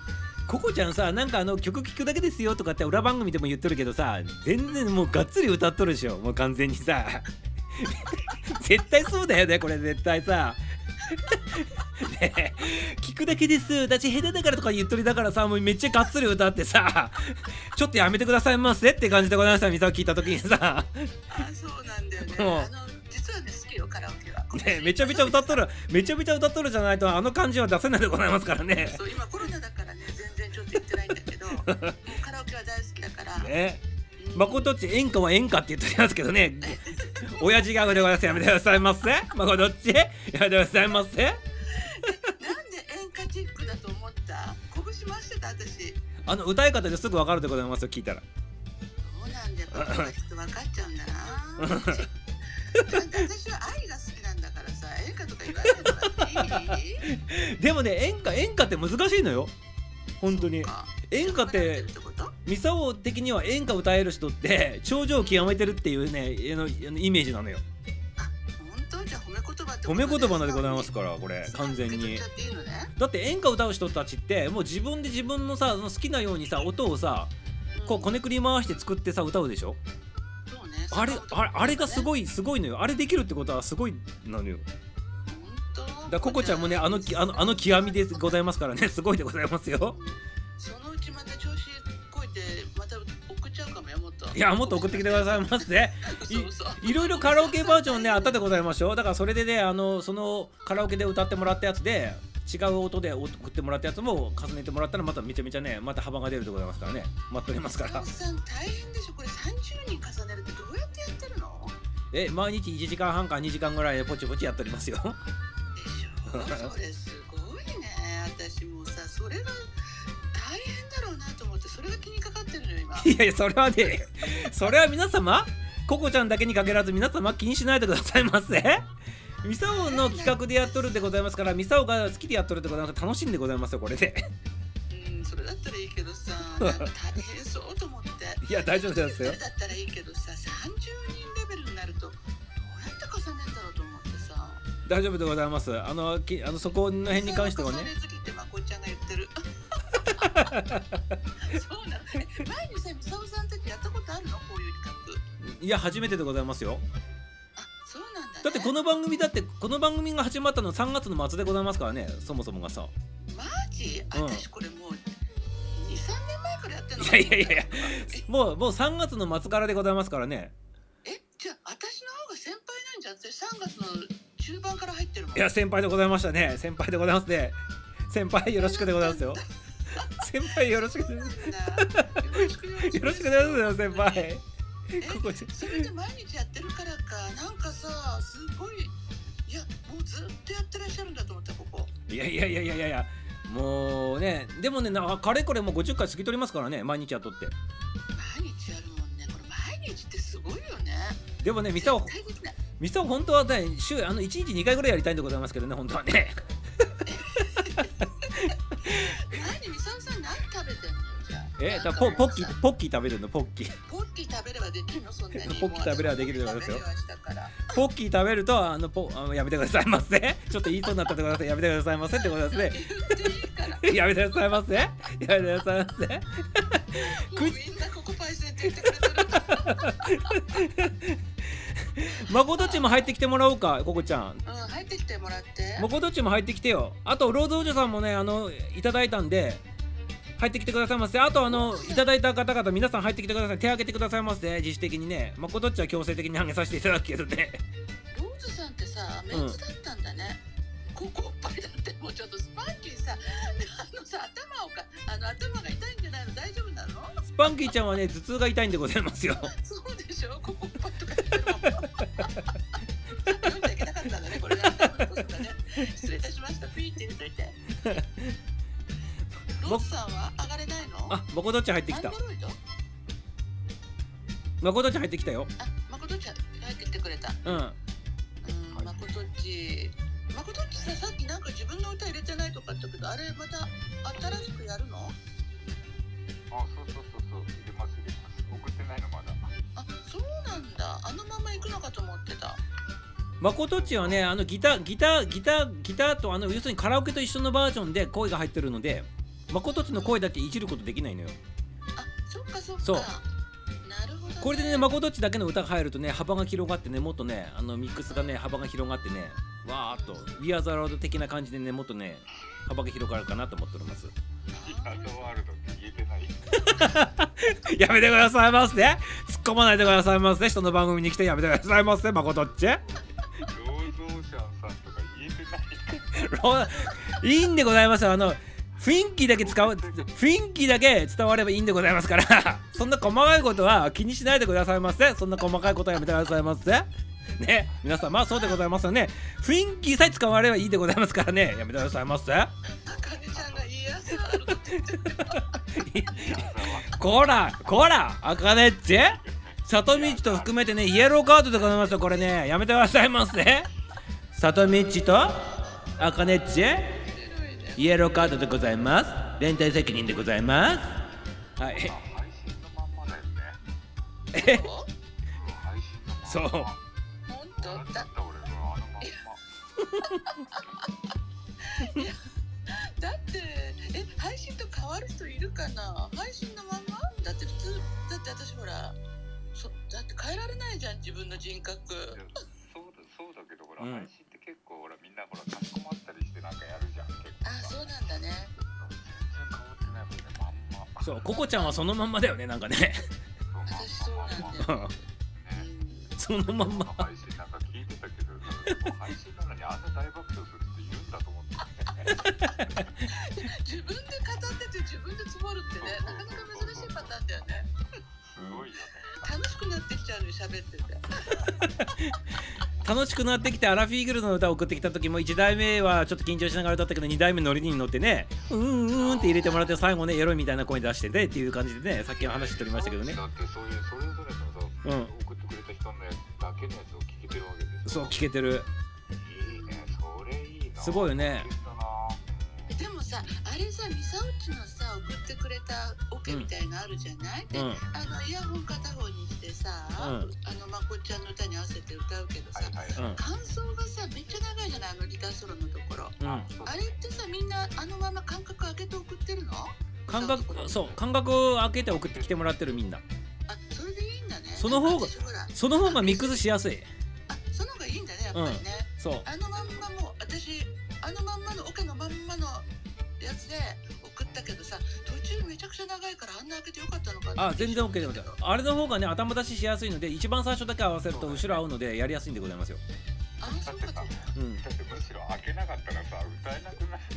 ココちゃんさ、なんか曲聴くだけですよとかって裏番組でも言ってるけどさ、全然もうがっつり歌っとるでしょ、もう完全にさ絶対そうだよね、これ絶対さねえ、聞くだけです、私下手だからとか言っとりだからさ、もうめっちゃがっつり歌ってさちょっとやめてくださいませって感じでございました。ミサを聞いた時にさあ、そうなんだよね。実はね、好きよ、カラオケは。 ね、めちゃめちゃ歌っとる、めちゃめちゃ歌っとるじゃないとあの感じは出せないでございますからね。 そう、今コロナだからね、全然ちょっと言ってないんだけどもうカラオケは大好きだからね、まことっち演歌は演歌って言っておりますけどね親父がでございます。やめてくださいませ。まことっちやめてくださいませ。 なんで演歌チックだと思った？拳回してた私。 歌い方ですぐ分かるでございますよ、聞いたら。 そうなんだよ、言葉聞くと分かっちゃうんだななんで私は愛が好きなんだからさ、演歌とか言わないでもらっていい？ でもね、演歌って難しいのよ、本当に。演歌ってミサオ的には演歌歌える人って頂上を極めてるっていうねイメージなのよ。 あ、本当？じゃあ褒め言葉って褒め言葉なんでございますから、これ完全に。だって演歌歌う人たちってもう自分で自分のさ、好きなようにさ、音をさ、こうこねくり回して作ってさ、歌うでしょ。 そうね、 あれがすごいのよ。あれできるってことはすごいなのよ。 本当？ だココちゃんもね、極みでございますからね、すごいでございますよ。 そのうちまた調子こいてまた送っちゃうかもよ、もっと。 いや、もっと送ってきてくださいませ。いろいろカラオケバージョンねあったでございましょう。だからそれでね、そのカラオケで歌ってもらったやつで違う音で送ってもらったやつも重ねてもらったら、まためちゃめちゃね、また幅が出るでございますからね、待っておりますから。 さん大変でしょ、これ30人重ねるってどうやってやってるの？ 毎日1時間半か2時間ぐらいでポチポチやっておりますよ。 でしょそれすごいね。私もさ、それが大変だろうなと思って、それが気にかかってるのよ今。 いやいや、それはね、それは皆様、ココちゃんだけに限らず皆様気にしないでくださいませ。ミサオの企画でやっとるでございますから、ミサオが好きでやっとるでございます。楽しんでございますよ、これで。 それだったらいいけどさ、なんか大変そうと思って。 いや、大丈夫ですよ。 だったらいいけどさ、30人レベルになるとどうやって重ねんだろうと思ってさ。 大丈夫でございます。そこの辺に関してはね。 重ねすぎてまこちゃんが言ってる。そうなの。前にさ、ミサオさんたちやったことあるの？こういう企画。 いや、初めてでございますよ。 あ、そうなんだね。 だってこの番組が始まったの3月の末でございますからね、そもそもがさ。 マジ？私これもう2、3年前からやってんの？ いやもう3月の末からでございますからね。 じゃあ私の方が先輩なんじゃん。私3月の中盤から入ってるもん。 いや、先輩でございましたね。先輩でございますね。先輩よろしくでございますよ。先輩よろしくでございます。よろしくでございますよ、先輩。 それで毎日やってるからか、なんかさ、すごい、いや、もうずっとやってらっしゃるんだと思った、ここ。 いや、もうね、でもね、かれこれもう50回過ぎとりますからね、毎日やっとって。 毎日やるもんね、これ毎日ってすごいよね。 でもね、ミサオ本当はね、1日2回ぐらいやりたいんでございますけどね、本当はね。 ミサオさん何食べてんの？ ポッキー食べるの、ポッキー。 ポッキー食べればできるの？そんなに。 ポッキー食べればできるでございますよ。ポッキー食べるとやめてくださいませ。ちょっと言いそうになったでございます。やめてくださいませってことですね。やめてくださいませ。やめてくださいませ。 もうみんなここパイセンって言ってくれてる。 まことっちも入ってきてもらおうか、ココちゃん。 入ってきてもらって。 まことっちも入ってきてよ。あとロードお嬢さんもね、いただいたんで入ってきてくださいませ。あといただいた方々皆さん入ってきてください。手挙げてくださいませ。自主的にね。まことっちは強制的に上げさせていただくけどね。 ローズさんってさ、メンズだったんだね。ここおっぱいだって、もうちょっとスパンキーさ、頭が痛いんじゃないの？大丈夫なの？ スパンキーちゃんはね、頭痛が痛いんでございますよ。 そうでしょ、ここおっぱいとか言ってるもん。読んじゃいけなかったんだね、これね。失礼いたしました。ピーって入れといて。ローズさんは上がれないの？ まことっち入ってきた。まことっち入ってきたよ。 まことっち入ってきてくれた。まことっちさっきなんか自分の歌入れてないとかって言ったけど、あれまた新しくやるの？ そう入れます。送ってないのまだ。 そうなんだ。あのまま行くのかと思ってた。 まことっちはね、ギターと要するにカラオケと一緒のバージョンで声が入ってるので、 まことっちの声だけいじることできないのよ。 あ、そっかそっか。 そうなるほど、ね。 これでねまことっちだけの歌が入るとね幅が広がってねもっとねミックスがね幅が広がってねわーっと We Are the World 的な感じでねもっとね幅が広がるかなと思っております。 We Are the Worldって言えてない。 やめてくださいませね。突っ込まないでくださいませね。人の番組に来てやめてくださいませまことっち。 ローズオーシャンさんとか言えてない。 いいんでございますよ。雰囲気だけ雰囲気だけ伝わればいいんでございますからそんな細かいことは気にしないでくださいませ。そんな細かいことはやめてくださいませね。皆さんまあそうでございますよね。雰囲気さえ伝わればいいでございますからね。やめてくださいませ。 あかねちゃんが言いやすいあること言ってる。 こらあかねっち里道と含めてねイエローカードでございますよ。これねやめてくださいませ。里道とあかねっちイエローカードでございます。連帯責任でございます。はい。 配信のまんまだよね。 え配信のまんま。 そう本当だっだ。 た俺のあのまんま。 だって配信と変わる人いるかな。配信のまんまだって普通だって私ほらだって変えられないじゃん自分の人格。 そうだけどほら、 うん配信って結構ほらみんなほらかしこまったりしてなんかやるじゃん結構。 あ、そうなんだね。 全然変わってないもんねまんま。 そうココちゃんはそのまんまだよねなんかね私そうなんだよ。 そのまんま配信なんか聞いてたけど、配信なのにあんな大爆笑するって言うんだと思って。 自分で語ってて自分で積もるってね、なかなか珍しいパターンだよね。 すごいよね。 楽しくなってきちゃうのよ喋ってて。 楽しくなってきてアラフィーグルの歌を送ってきた時も1代目はちょっと緊張しながら歌ったけど2代目ノリに乗ってねって入れてもらって最後ねエロいみたいな声出しててっていう感じでねさっきの話しておりましたけどね。 だってそういうそれぞれのさ、送ってくれた人のやつだけのやつを聞けてるわけですよ。 そう聞けてる。 いいね、それいいな。 すごいよね。 でもさ、あれさ、ミサオチのさ、送ってくれたオケみたいのあるじゃない、で、イヤホン片方にしてさ、まこっちゃんの歌に合わせて歌うけどさ、感想がさ、めっちゃ長いじゃない、ギターソロのところ。あれってさ、みんなあのまま間隔空けて送ってるの？ 間隔空けて送ってきてもらってるみんな。 あ、それでいいんだね。 その方がミックスしやすい。 あ、その方がいいんだね、やっぱりね。 そう。 あのまんまもう私あのまんまのオケのまんまのやつで送ったけどさ、途中めちゃくちゃ長いからあんな開けてよかったのかな。 あ、全然 OK でございます。あれの方がね頭出ししやすいので一番最初だけ合わせると後ろ合うのでやりやすいんでございますよ。 あ、そうか。 だってむしろ開けなかったらさ歌えなくない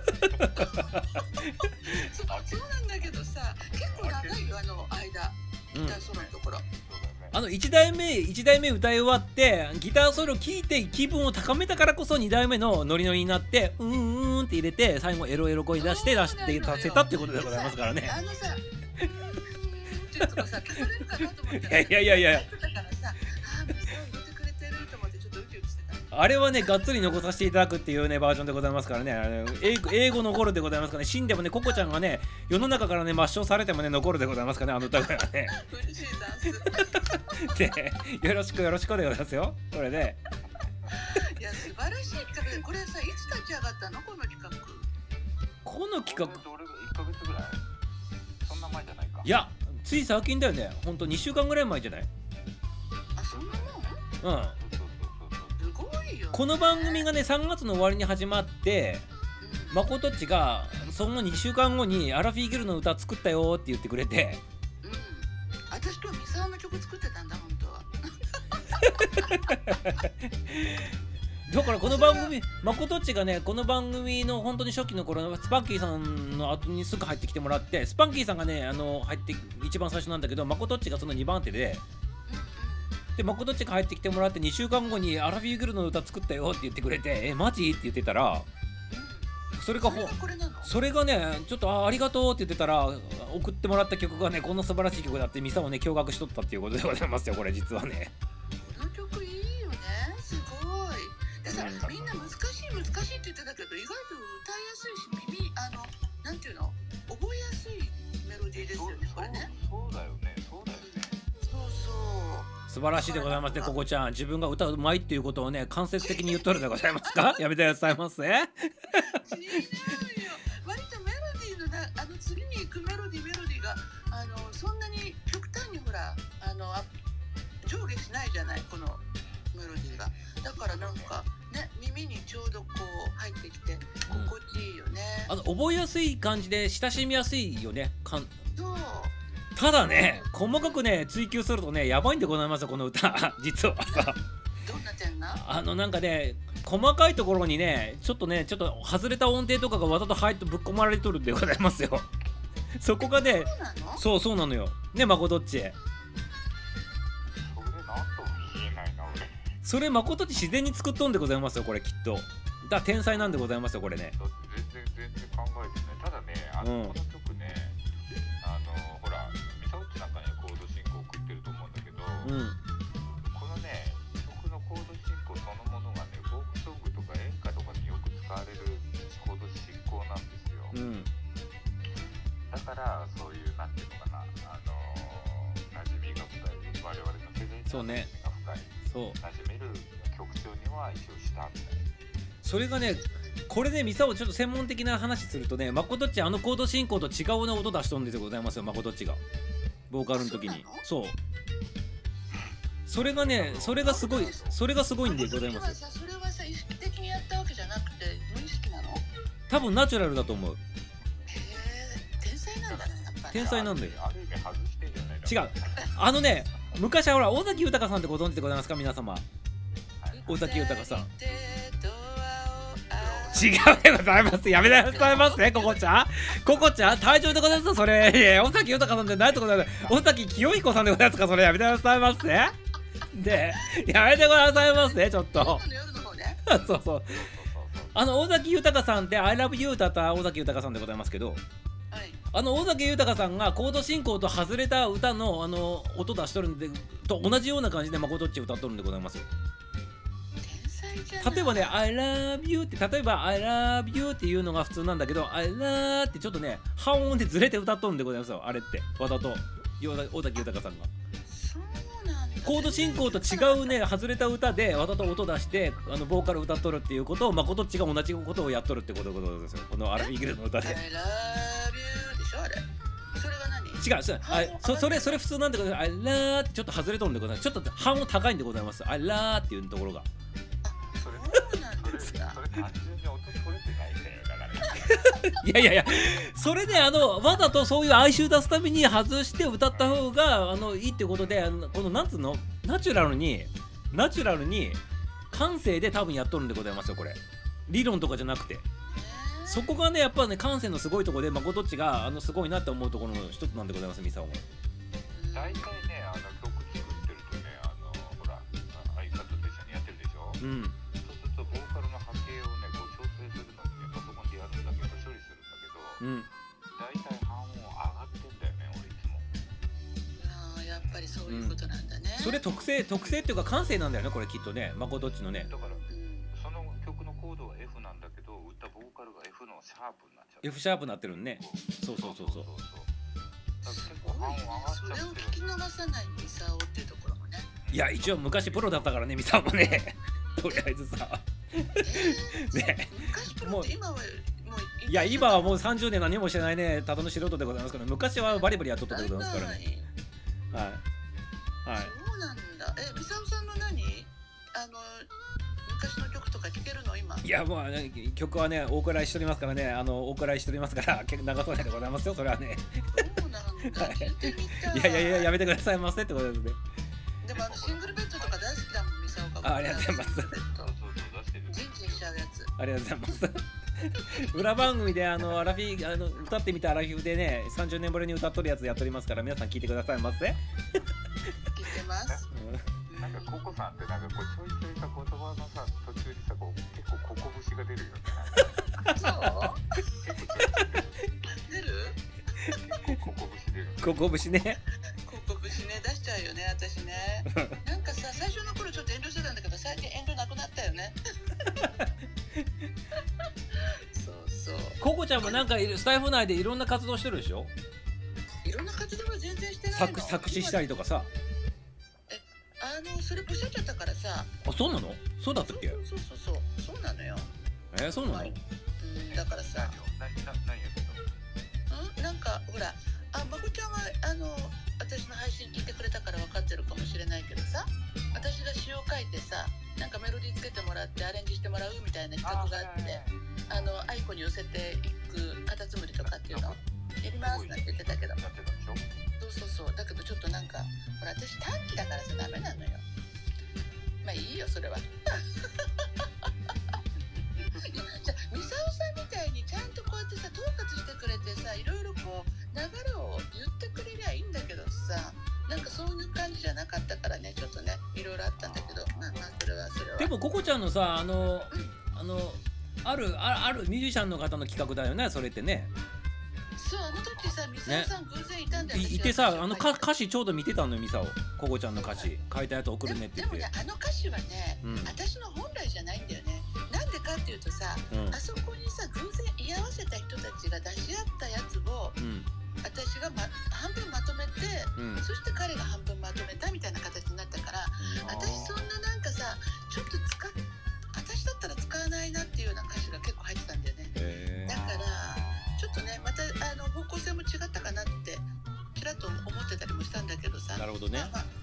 そうなんだけどさ、結構長いよあの間ギターソロのところ。 1代目歌い終わってギターソロ聴いて気分を高めたからこそ2代目のノリノリになってって入れて最後エロエロ声出してさせたっていうことでございますからね。 あのさっていうとかさ聞かれるかなと思ったら、 いやだからさ、ミサオ言ってくれてると思ってちょっとウキウキしてた。 あれはねがっつり残させていただくっていうねバージョンでございますからね。英語残るでございますからね。死んでもねココちゃんがね世の中からね抹消されてもね残るでございますからね、あの歌がね。 嬉しいダンス。 でよろしくでございますよこれで。 いや素晴らしい企画で、これさいつ立ち上がったのこの企画？ この企画 1ヶ月ぐらい？そんな前じゃないか。 いやつい最近だよね。ほんと2週間ぐらい前じゃない？ あ、そんなもん？ すごいよね。 この番組がね3月の終わりに始まってまことっちがその2週間後にアラフィーギルの歌作ったよって言ってくれて、 私とミサオの曲作ってたんだ本当は。 だからこの番組まことっちがねこの番組の本当に初期の頃のスパンキーさんの後にすぐ入ってきてもらって、スパンキーさんがね入って一番最初なんだけどまことっちがその2番手でまことっちが入ってきてもらって2週間後にアラフィーグルの歌作ったよって言ってくれて、マジって言ってたら、それがねちょっとありがとうって言ってたら送ってもらった曲がねこんな素晴らしい曲だってミサをね驚愕しとったっていうことでございますよ。これ実はねこの曲いいよね、すごい。でさ、みんな難しいって言ってたけど意外と歌いやすいしなんていうの覚えやすいメロディーですよねこれね。 そうだよね。 そう素晴らしいでございますね。ココちゃん自分が歌うまいっていうことをね間接的に言っとるでございますか？やめてくださいませ。 違うよ、割とメロディーのがそんなに極端にほら上下しないじゃない、このメロディーが。だからなんかね、耳にちょうどこう入ってきて心地いいよね。 覚えやすい感じで親しみやすいよね。 そうただね、細かくね追求するとねやばいんでございますよこの歌実はさ。 どんな点な？ なんかね細かいところにねちょっと外れた音程とかがわざと入ってぶっ込まれとるんでございますよ。そこがね、そうなのよね、まことっち。 それなんとも言えないな俺。 それまことっち自然に作っとんでございますよこれきっと。だ天才なんでございますよこれね。 全然考えてない。ただね、この曲ね、ほらミサオッチなんかにはコード進行を送ってると思うんだけど、このね曲のコード進行そのものがね、フォークソングとか演歌とかによく使われるコード進行なんですよ。だからそういうなんていうのかな、馴染みが深い、我々の世代に馴染みが深い、馴染める曲調には一応したみたいな。 それがね、これね、ミサオちょっと専門的な話するとね、まことっちコード進行と違うな音出しとんでございますよ、まことっちがボーカルの時に。そうそれがね、それがすごいんでございますよ。 それはさ、意識的にやったわけじゃなくて無意識なの？ 多分ナチュラルだと思う。 天才なんだね、やっぱり。 天才なんだよ。 ある意味外してんじゃないか。 違う、ね、昔はほら尾崎豊さんってご存知でございますか皆様。尾崎豊さん違うでございます。やめなさいますね、ココちゃん大丈夫でございます。それ尾崎豊さんって何でございます。尾崎清彦さんでございますか。それやめなさいますね。でやめてくださいますね、ちょっと。そう尾崎豊さんって I love you だった尾崎豊さんでございますけど、尾崎豊さんがコード進行と外れた歌の音出しとるんでと同じような感じでまことっち歌っとるんでございますよ。例えばね I love you って例えば I love you っていうのが普通なんだけど I love ってちょっとね半音でずれて歌っとるんでございますよ。あれってわざと尾崎豊さんがコード進行と違うね外れた歌でわざと音出してボーカル歌っとるっていうことをまことっちが同じことをやっとるってことですよ、このアラフィーギルの歌で。 I love you でしょ、あれ。それが何？ 違う、それ普通なんでございます。 I love ってちょっと外れとるんでございます。ちょっと半音高いんでございます。 I love っていうところがそれ単純に音取れてないね。だからいやそれでわざとそういう哀愁出すために外して歌った方がいいってことでこのなんつうのナチュラルに感性で多分やっとるんでございますよこれ。理論とかじゃなくて、そこがねやっぱね感性のすごいところでまことっちがすごいなって思うところの一つなんでございます。ミサオも大体ね曲作ってるとねほら相方と一緒にやってるでしょ。そうするとボーカルの波形をねこう調整するのにねパソコンでやるんだけど処理するんだけど、大体半音上がってんだよね俺いつも。 やっぱりそういうことなんだね。 それ特性っていうか感性なんだよねこれきっとねまことっちのね。 だからその曲のコードは F なんだけど歌ボーカルが F のシャープになっちゃう。 F シャープになってるんね。そう結構半音上がっちゃってる。 それを聞き逃さないミサオっていうところもね。 いや一応昔プロだったからねミサオもねとりあえずさね、昔プロって今はもういや今はもう30年何もしてないねただの素人でございますから、昔はバリバリやっとったでございますからね。はいそうなんだ。ミサオさんの昔の曲とか聴けるの今？ いやもう曲はねお蔵入りしておりますからねお蔵入りしておりますから結構長そうでございますよそれはね。 そうなんだ。聞いてみたい。 いややめてくださいませってことですね。 でもシングルベッドとか大好きだもんミサオが。 ありがとうございます。 ジンジンしちゃうやつ。 ありがとうございます。裏番組でアラフィー歌ってみたアラフィフでね30年ぶりに歌っとるやつやっておりますから皆さん聞いてくださいませ。 聞いてます。 なんかココさんってなんかこうちょいちょいさ言葉のさ途中にさこう結構ココ節が出るよね。 そう出る？ 結構ココ節出る。 ココ節ね。 ココ節ね出しちゃうよね私ね。なんかさ最初の頃ちょっと遠慮してたんだけど最近遠慮なくなったよね。そうココちゃんもなんかスタイフ内でいろんな活動してるでしょ。 いろんな活動は全然してないの。 作詞したりとかさ。 それポシャっちゃったからさ。 あ、そうなの？そうだったっけ？ そうなのよ。 そうなの？ だからさ。 何やってたの？ なんかほらまこちゃんは私の配信聞いてくれたから分かってるかもしれないけどさ、私が詩を書いてさ、なんかメロディーつけてもらってアレンジしてもらうみたいな企画があって、愛子に寄せていくカタツムリとかっていうのをやりますなんて言ってたけど、 やってたでしょ。 そうだけどちょっとなんかほら私短期だからさダメなのよ。まあいいよそれは。じゃあミサオさんみたいにちゃんとこうやってさ統括してくれてさ、いろいろこう流れを言ってくれりゃいいんだけどさ、なんかそういう感じじゃなかったからね、ちょっとねいろいろあったんだけど、まあそれはでもココちゃんのさあるミュージシャンの方の企画だよね、それってね。 そう、あの時さミサオさん偶然いたんだよ。 いてさ、歌詞ちょうど見てたのよ、ミサオ。ココちゃんの歌詞書いたやつ送るねって言って。 でもね、歌詞はね、私の本来じゃないんだよね。なんでかっていうとさ、あそこにさ偶然居合わせた人たちが出し合ったやつを、私が、半分まとめて、そして彼が半分まとめたみたいな形になったから、私そんななんかさちょっと私だったら使わないなっていうような歌詞が結構入ってたんだよね。だからちょっとねまた方向性も違ったかなってちらっと思ってたりもしたんだけどさ。 なるほどね。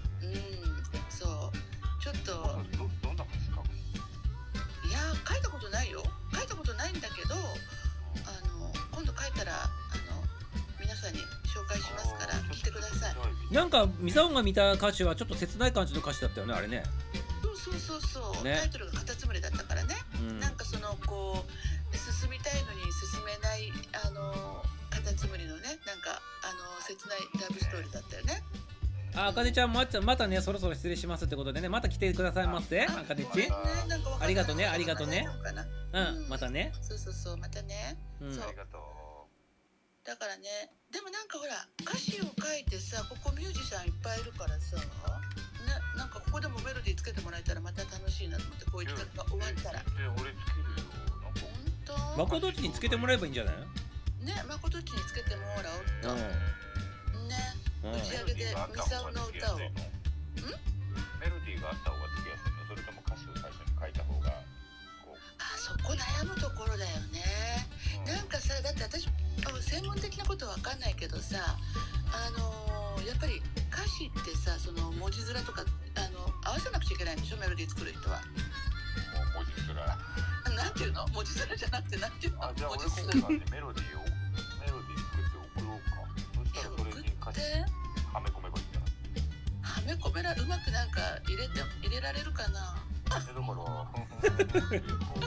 そうちょっとどんな歌詞書くの？ いや書いたことないよ。書いたことないんだけど、今度書いたら皆さんに紹介しますから聞いてください。 なんかミサオが見た歌詞はちょっと切ない感じの歌詞だったよね、あれね。 そう、ね、タイトルがカタツムリだったからね、なんかそのこう進みたいのに進めないカタツムリのね、なんか切ないラブストーリーだったよね。 あかねちゃんまたねそろそろ失礼しますってことでね、また来てくださいませ。あかねちありがとね、ありがとね。またね。 そうまたね。そうありがとう。 だからね、でもなんかほら歌詞を書いてさ、ここミュージシャンいっぱいいるからさ、なんかここでもメロディーつけてもらえたらまた楽しいなと思って、こういう企画が終わったら。 俺つけるよ。なんか本当？ まことっちにつけてもらえばいいんじゃない？ ね、まことっちにつけてもらおうと。ね、打ち上げでミサオの歌を。 メロディーがあった方がつけやすいの？それとも歌詞を最初に書いた方がこう。 そこ悩むところだよね。なんかさ、だって私専門的なことわかんないけどさ、やっぱり歌詞ってさ、その文字面とか合わせなくちゃいけないんでしょ、メロディー作る人は。 文字面。 なんていうの？文字面じゃなくてなんていうの？ じゃあ俺今回メロディー作って送ろうか。そしたらそれに歌詞はめ込めばいいんじゃない？ はめ込めらうまくなんか入れられるかな。 だから俺がメロディーなんて弾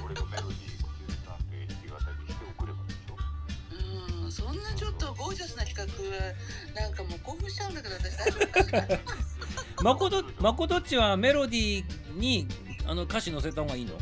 き語りして送ればいいでしょ。 そんなちょっとゴージャスな企画なんかもう興奮しちゃうんだけど、私大丈夫かしら。 まことっちはメロディーに歌詞載せた方がいいの？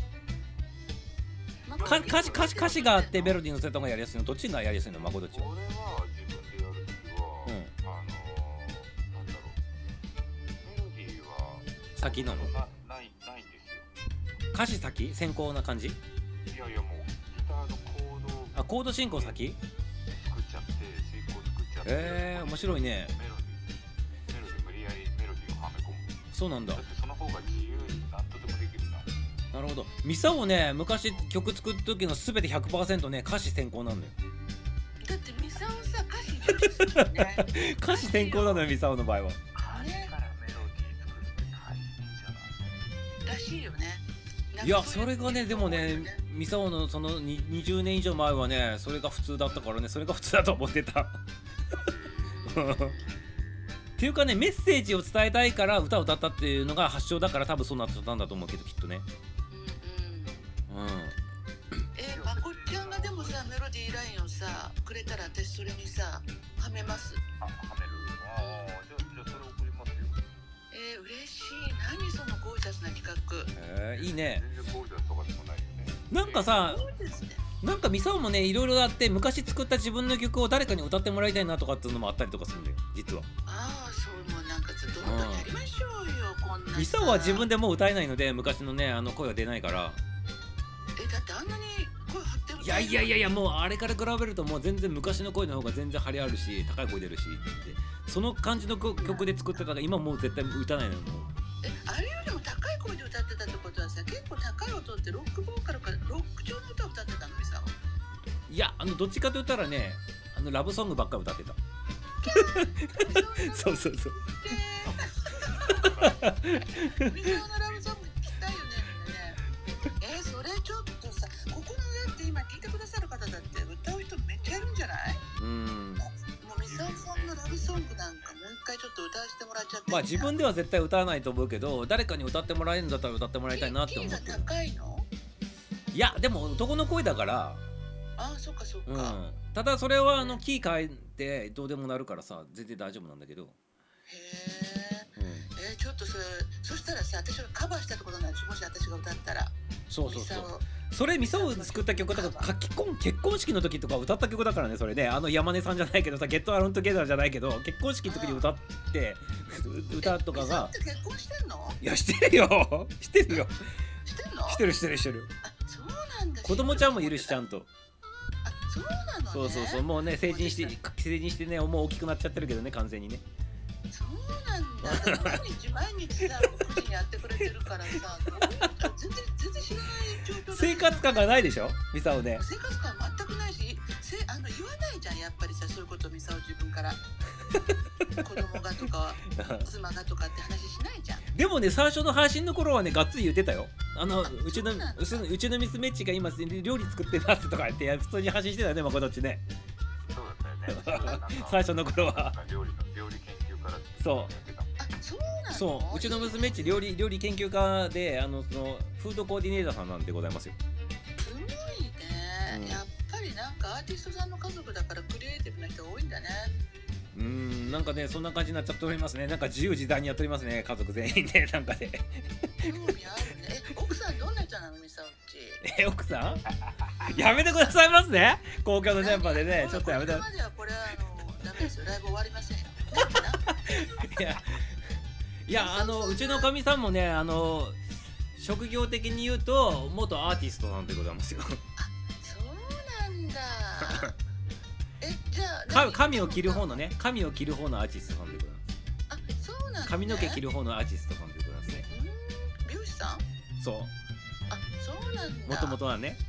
歌詞があってメロディー載せた方がやりやすいの？どっちがやりやすいの？まことっちは。 俺は自分でやるときは、なんだろう、メロディーは先なの？ ないんですよ。 歌詞先？先行な感じ？ いやもうギターのコード進行先？ 作っちゃって進行作っちゃって。 面白いね。 メロディー無理やりメロディーをはめ込む。 そうなんだ。 だってその方が自由に何とでもできるな。 なるほど。ミサオね、昔曲作る時の全て 100% ね、歌詞先行なのよ。 だってミサオさ、歌詞重視するよね。 歌詞先行なのよ、ミサオの場合は。 歌詞からメロディー作るって大変じゃない？ らしいよね。 いや、それがね、でもね、ミサオのその20年以上前はね、それが普通だったからね、それが普通だと思ってた。っていうかね、メッセージを伝えたいから歌を歌ったっていうのが発祥だから、多分そうなったんだと思うけど、きっとね。 まこっちゃんがでもさ、メロディーラインをさくれたら、私それにさはめます。 はめる。じゃあそれ送りますよ。 嬉しい。何そのゴージャスな企画。 いいね。 全然ゴージャスとかでもないよね。 なんかさ、なんかミサオもね、いろいろあって、昔作った自分の曲を誰かに歌ってもらいたいなとかっていうのもあったりとかするんだよ、実は。 そう、もうなんかちょっとどんどんやりましょうよ、こんな。 ミサオは自分でもう歌えないので、昔のね、声が出ないから。 だってあんなに声張ってる。 いや、もうあれから比べるともう全然昔の声の方が全然張りあるし、高い声出るしって、その感じの曲で作ってたから、今もう絶対歌わないのよ。もうあれよりも高い声で歌ってたってことはさ、結構高い音ってロックボーカルかロック調の歌を歌ってたのミサオ。 いや、どっちかと言ったらね、ラブソングばっかり歌ってた。 そうそうそう。 ミサオのラブソング聞きたいよね、みんなね。それちょっとさ、ここのだって今聞いてくださる方だって歌う人めっちゃいるんじゃない？もうミサオさんのラブソングなんかもう一回ちょっと歌わせてもらっちゃって。 まあ自分では絶対歌わないと思うけど、誰かに歌ってもらえるんだったら歌ってもらいたいなって思ってる。 キーが高いの？ いやでも男の声だから。 あ、そっかそっか。 ただそれはキー変えてどうでもなるからさ、全然大丈夫なんだけど。 へえ。ちょっとそしたらさ、私がカバーしたところなんでしょ、もし私が歌ったら。 そう。それミサオ作った曲とか結婚式の時とか歌った曲だからね、それね。山根さんじゃないけどさ、ゲットアロントゲザーじゃないけど、結婚式の時に歌って歌とかが。 結婚してんの？ いや、してるよ。してるよ。 してんの？ してる。 あ、そうなんだ。 子供ちゃんもいるしちゃんと。 そうなのね。 そうもうね、成人してね、もう大きくなっちゃってるけどね、完全にね。 そうなんだ。毎日さ、9時にやってくれてるからさ、全然知らない状況だ。 生活感がないでしょ、ミサオね。 生活感全くないし、言わないじゃん、やっぱりさ、そういうことミサオ自分から子供がとか妻がとかって話しないじゃん。 でもね、最初の配信の頃はね、がっつり言ってたよ。うちの娘っちが今料理作ってますとか言って普通に配信してたよね、まこどっちね。 そうだったよね。 最初の頃は。 料理研究家だって。 そうなの？ そう、うちの娘っち料理研究家で、フードコーディネーターさんなんでございますよ。 すごいね。やっぱりなんかアーティストさんの家族だからクリエイティブな人が多いんだね。 なんかね、そんな感じになっちゃっておりますね。なんか自由自在にやっておりますね、家族全員で、なんかね。 興味あるね。奥さんどんな人なの、ミサオち？ 奥さん？やめてくださいますね。公共の電波でね、ちょっとやめて。 これまではこれはダメですよ。ライブ終わりませんよ。 いやうちのかみさんもね、職業的に言うと元アーティストなんでございますよ。 そうなんだ。じゃあ髪を切る方のアーティストさんでございます。 あ、そうなんだ、ね。 髪の毛切る方のアーティストさんでございますね。 美容師さん？ そう。 あ、そうなんだ。 もともとはね。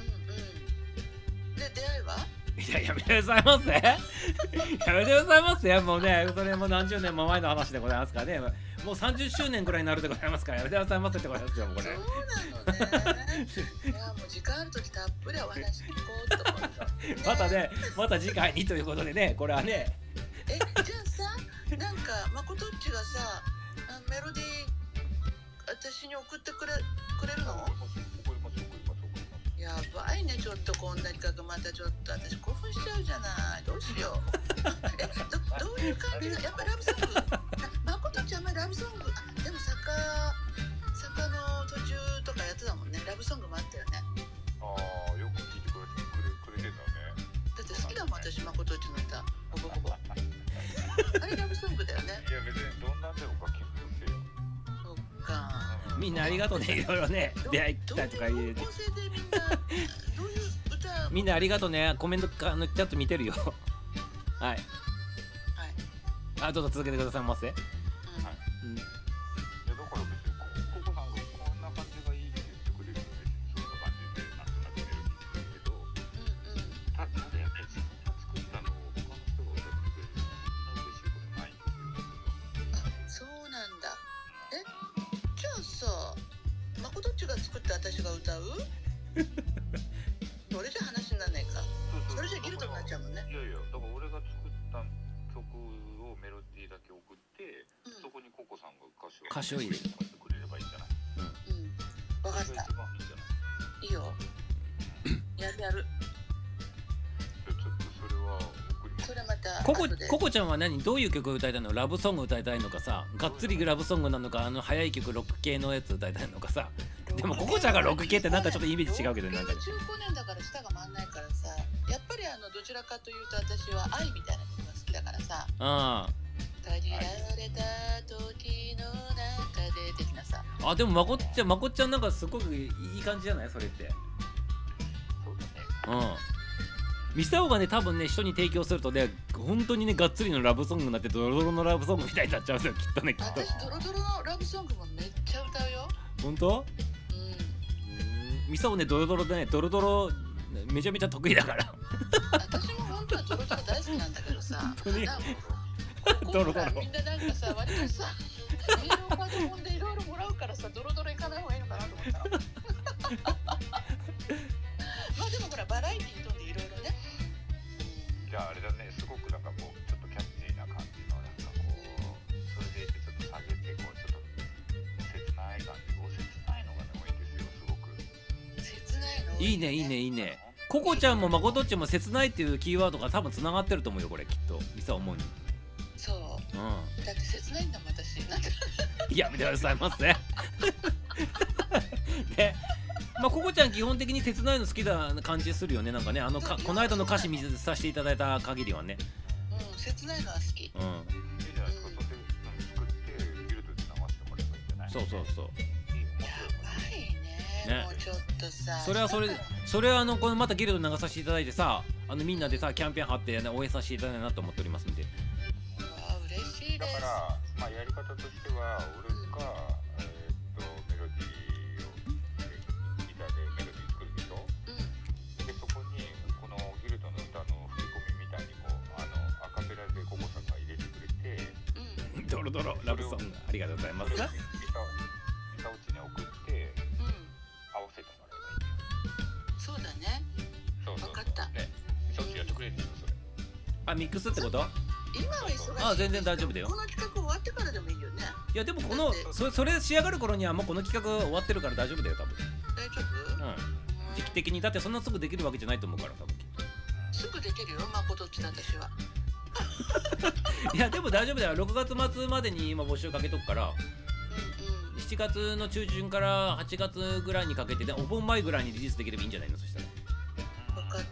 で、出会いは？ いや、やめてくださいませ。やめてくださいませ。もうね、それも何十年も前の話でございますからね。もう30周年くらいになるでございますから、やめてくださいませってことですよ、これ。 そうなのね。いや、もう時間あるときたっぷりお話聞こうと思って。 また次回にということでね、これはね。 じゃあさ、なんかまことっちがさ、メロディー私に送ってくれるの？やばいね、ちょっとこんな企画またちょっと私興奮しちゃうじゃない。どうしよう。どういう感じ？やっぱラブソング。まことっちゃんはラブソング。でも坂の途中とかやってたもんね。ラブソングもあったよね。 ああ、よく聞いてくれてたね。 だって好きだもん、私まことっちの歌。ほぼほぼ。あれラブソングだよね。 いや、別にどんなんでもかけますよ。 そっか。 みんなありがとうね、いろいろね、出会いたいとか言うて。みんなありがとうね、コメントちゃんと見てるよ。はい。どうぞ続けてくださいませ。 いや、だから別にココさんがこんな感じがいいって言ってくれるので、そんな感じでなんとなくメロディーするけど、ただやっぱり自分が作ったのを他の人が歌ってくれるのはそんな嬉しいことないんですよ。 そうなんだ。じゃあさ、まことっちが作って私が歌う？それじゃ話にならないか。それじゃギルトになっちゃうもんね。 いやいや、だから俺が作った曲をメロディーだけ送って、そこにココさんが歌詞を入れてくれればいいんじゃない？ 分かった。 それが一番いいんじゃない？ いいよ。やる。 ちょっとそれは送ります。 それまたココちゃんはどういう曲を歌いたいの？ラブソング歌いたいのかさ、がっつりラブソングなのか、速い曲ロック系のやつ歌いたいのかさ。でもココちゃんがロック系ってなんかちょっとイメージ違うけど、なんか。 中高年だから舌が回んないからさ、やっぱりどちらかというと私は愛みたいな曲が好きだからさ。限られた時の中で的なさ。 でもまこっちゃんなんかすごくいい感じじゃない？それって。 そうだね。 ミサオがね、多分ね、人に提供するとね、本当にね、がっつりのラブソングになってドロドロのラブソングみたいになっちゃうんですよ、きっとね、きっと。 私ドロドロのラブソングもめっちゃ歌うよ。 本当？ミサオね、ドロドロめちゃめちゃ得意だから私も本当はドロドロ大好きなんだけどさ、 本当になんかドロドロみんななんかさ、割とさ、栄養カード本でいろいろもらうからさ、ドロドロいかない方がいいのかなと思ったの。まあでもほら、バラエティーとんでいろいろね。 じゃああれだね、すごくなんかこうちょっとキャッチーな感じのなんかこうそれでいてちょっと下げてこうちょっと切ない感じ、こう切ないのがね多いんですよ、すごく。 切ないの多いいねいいねいいね。ココちゃんもまことっちも切ないっていうキーワードが多分つながってると思うよこれきっとミサ思うに。 そう。だって切ないんだもん私。なんかやめてくださいませで、まあココちゃん基本的に切ないの好きな感じするよね。なんかねこの間の歌詞見させていただいた限りはね。 うん、切ないのは好き。 いいじゃないですか、それで作ってギルドで流してもらえばいいんじゃない？ そう。 やばいね。もうちょっとさ。 それはこのまたギルド流させていただいてさ、みんなでさキャンペーン貼って、ね、応援させていただきたいなと思っておりますんで。 嬉しいです。 だからまあやり方としては俺がメロディーをギターでメロディー作るでしょ。でそこにこのギルドの歌の吹き込みみたいにこうアカペラでココさんが入れてくれて、 ドロドロラブソングありがとうございます。 ミサオチに送って合わせてもらえばいい。 そうだね。 そう分かった。 ね、ミサオチやってくれるんですよそれ。 あ、ミックスってこと？ 今は忙しい。 あ、全然大丈夫だよ。 この企画終わってからでもいいよね。 いやでもそれ仕上がる頃にはもうこの企画終わってるから大丈夫だよ多分。 大丈夫？ 時期的にだってそんなすぐできるわけじゃないと思うから多分。 すぐできるよ、まことっち私は。 いやでも大丈夫だよ。6月末までに今募集かけとくから。7月の中旬から8月ぐらいにかけてね、お盆前ぐらいにリリースできればいいんじゃないの？そしたら。 分かった。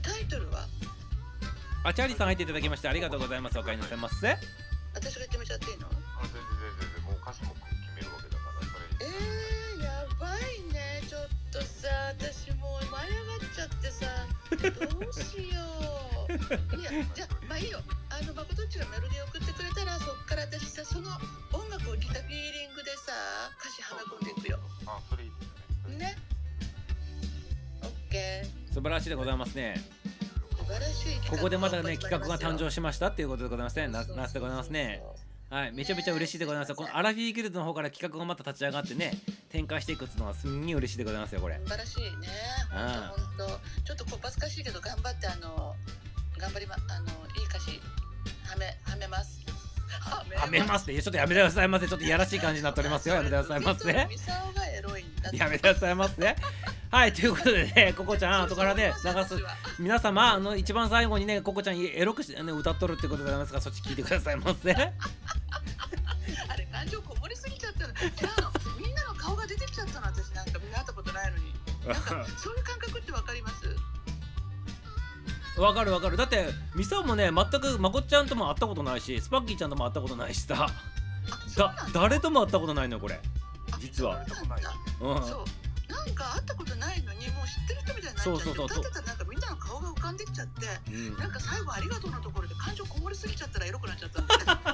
タイトルは？ あ、チャーリーさん入っていただきましてありがとうございます。お買いなさいませ。 私が決めちゃっていいの？ 全然もう歌詞も決めるわけだからそれ。 やばいね。ちょっとさ、私もう舞い上がっちゃってさ、どうしよう。いや、じゃあまあいいよ。まことっちがメロディー送ってくれたら、そっから私さ、その音楽を聴いたフィーリングでさ、歌詞はめ込んでいくよ。 あ、それいいですね。 ね。オッケー。 素晴らしいでございますね。 素晴らしい。 ここでまたね企画が誕生しましたっていうことでございますね。ナスでございますね。はい、めちゃめちゃ嬉しいでございます。このアラフィーギルドの方から企画がまた立ち上がってね、展開していくっていうのはすんげえ嬉しいでございますよこれ。 素晴らしいね。本当ちょっとこっぱずかしいけど頑張って頑張りまいい歌詞はめます。 はめますってちょっとやめてくださいませ。ちょっといやらしい感じになっておりますよ。やめてくださいませ。 ミサオがエロいんだ。 やめてくださいませ。はい、ということでね、ココちゃん後からね流す皆様一番最後にねココちゃんエロくね歌っとるってことでございますが、そっち聞いてくださいませ。 あれ感情こもりすぎちゃったの。みんなの顔が出てきちゃったの。私なんかみんな会ったことないのに。なんかそういう感覚ってわかります？ わかる。だってミサオもね全くまこっちゃんとも会ったことないし、スパッキーちゃんとも会ったことないしさ、誰とも会ったことないのこれ実は。 そうなんか会ったことないのにもう知ってる人みたいになっちゃって、歌ってたらなんかみんなの顔が浮かんできちゃって、なんか最後ありがとうのところで感情こもりすぎちゃったらエロくなっちゃったんで。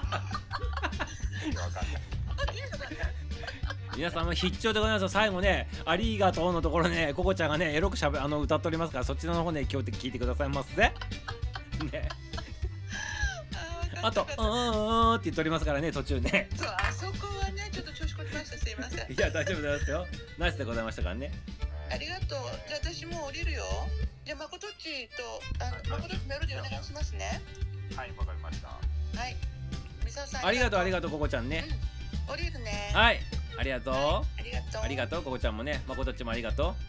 皆さんも必聴でございます。最後ねありがとうのところねココちゃんがねエロく歌っておりますから、そっちの方ね今日聞いてくださいませね。あとって言っておりますからね途中ね。 そう、あそこはねちょっと調子こきました。すいません。 いや大丈夫ですよ。ナイスでございましたからね。 ありがとう。じゃあ私もう降りるよ。じゃあまことっちとまことっちメロディーお願いしますね。 はい、わかりました。 はい。ミサオさんありがとうココちゃんね。 降りるね。 はい、ありがとう。 ありがとうココちゃんもね、まことっちもありがとう。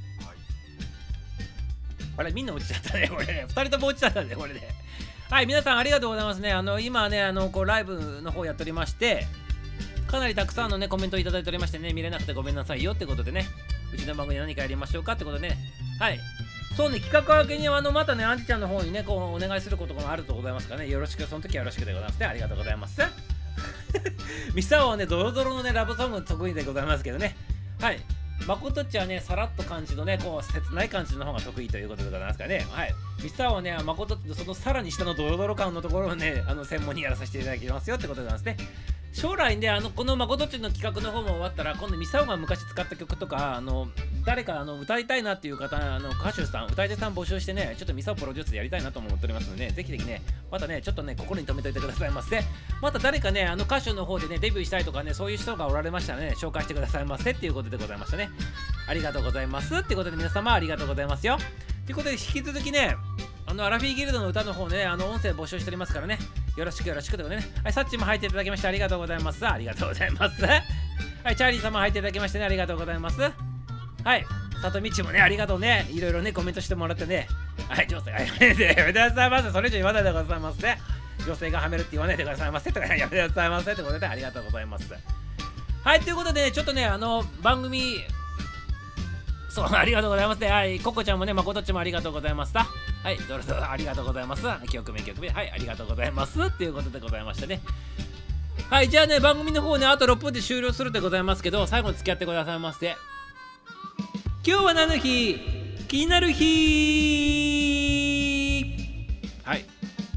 あれみんな落ちちゃったねこれね。2人とも落ちちゃったねこれね。はい、皆さんありがとうございますね。今ねこうライブの方やっておりまして、かなりたくさんのねコメントいただいておりましてね、見れなくてごめんなさいよってことでね、うちの番組で何かやりましょうかってことでね、はい、そうね、企画明けにはまたねアンチちゃんの方にねこうお願いすることもあるとございますからね、よろしく、その時はよろしくでございますね。ありがとうございます。ミサオはねドロドロのねラブソング得意でございますけどね、はい、まことっちはねさらっと感じのねこう切ない感じの方が得意ということでございますからね。はい、ミサオはねまことっちのそのさらに下のドロドロ感のところをね専門にやらさせていただきますよってことでございますね。将来ねこのまことっちの企画の方も終わったら、今度ミサオが昔使った曲とか誰か歌いたいなっていう方、歌手さん、歌い手さん募集してね、ちょっとミサオプロデュースでやりたいなと思っておりますので、ぜひぜひね、またね、ちょっとね、心に留めておいてくださいませ。また誰かね、歌手の方でね、デビューしたいとかね、そういう人がおられましたらね、紹介してくださいませっていうことでございましたね。ありがとうございますってことで、皆様ありがとうございますよ。ということで、引き続きね、アラフィーギルドの歌の方ね、音声募集しておりますからね、よろしくよろしくということでね、はい、サッチも入っていただきましてありがとうございます。ありがとうございます。はい、チャーリー様入っていただきましてね、ありがとうございます。はい、さとみちもね、ありがとうね。いろいろね、コメントしてもらってね。はい、女性がやめてくださいませ。それ以上言わないでくださいませ。女性がはめるって言わないでくださいませ。とかやめてくださいませ。ということで、ありがとうございます。はい、ということで、ね、ちょっとね、番組、そう、ありがとうございますね。はい、ココちゃんもね、まことっちもありがとうございました。はい、どうぞありがとうございます。曲名、はい、ありがとうございます。っていうことでございましたね。はい、じゃあね、番組の方ね、あと6分で終了するでございますけど、最後に付き合ってくださいませ。今日は何の日？気になる日。はい。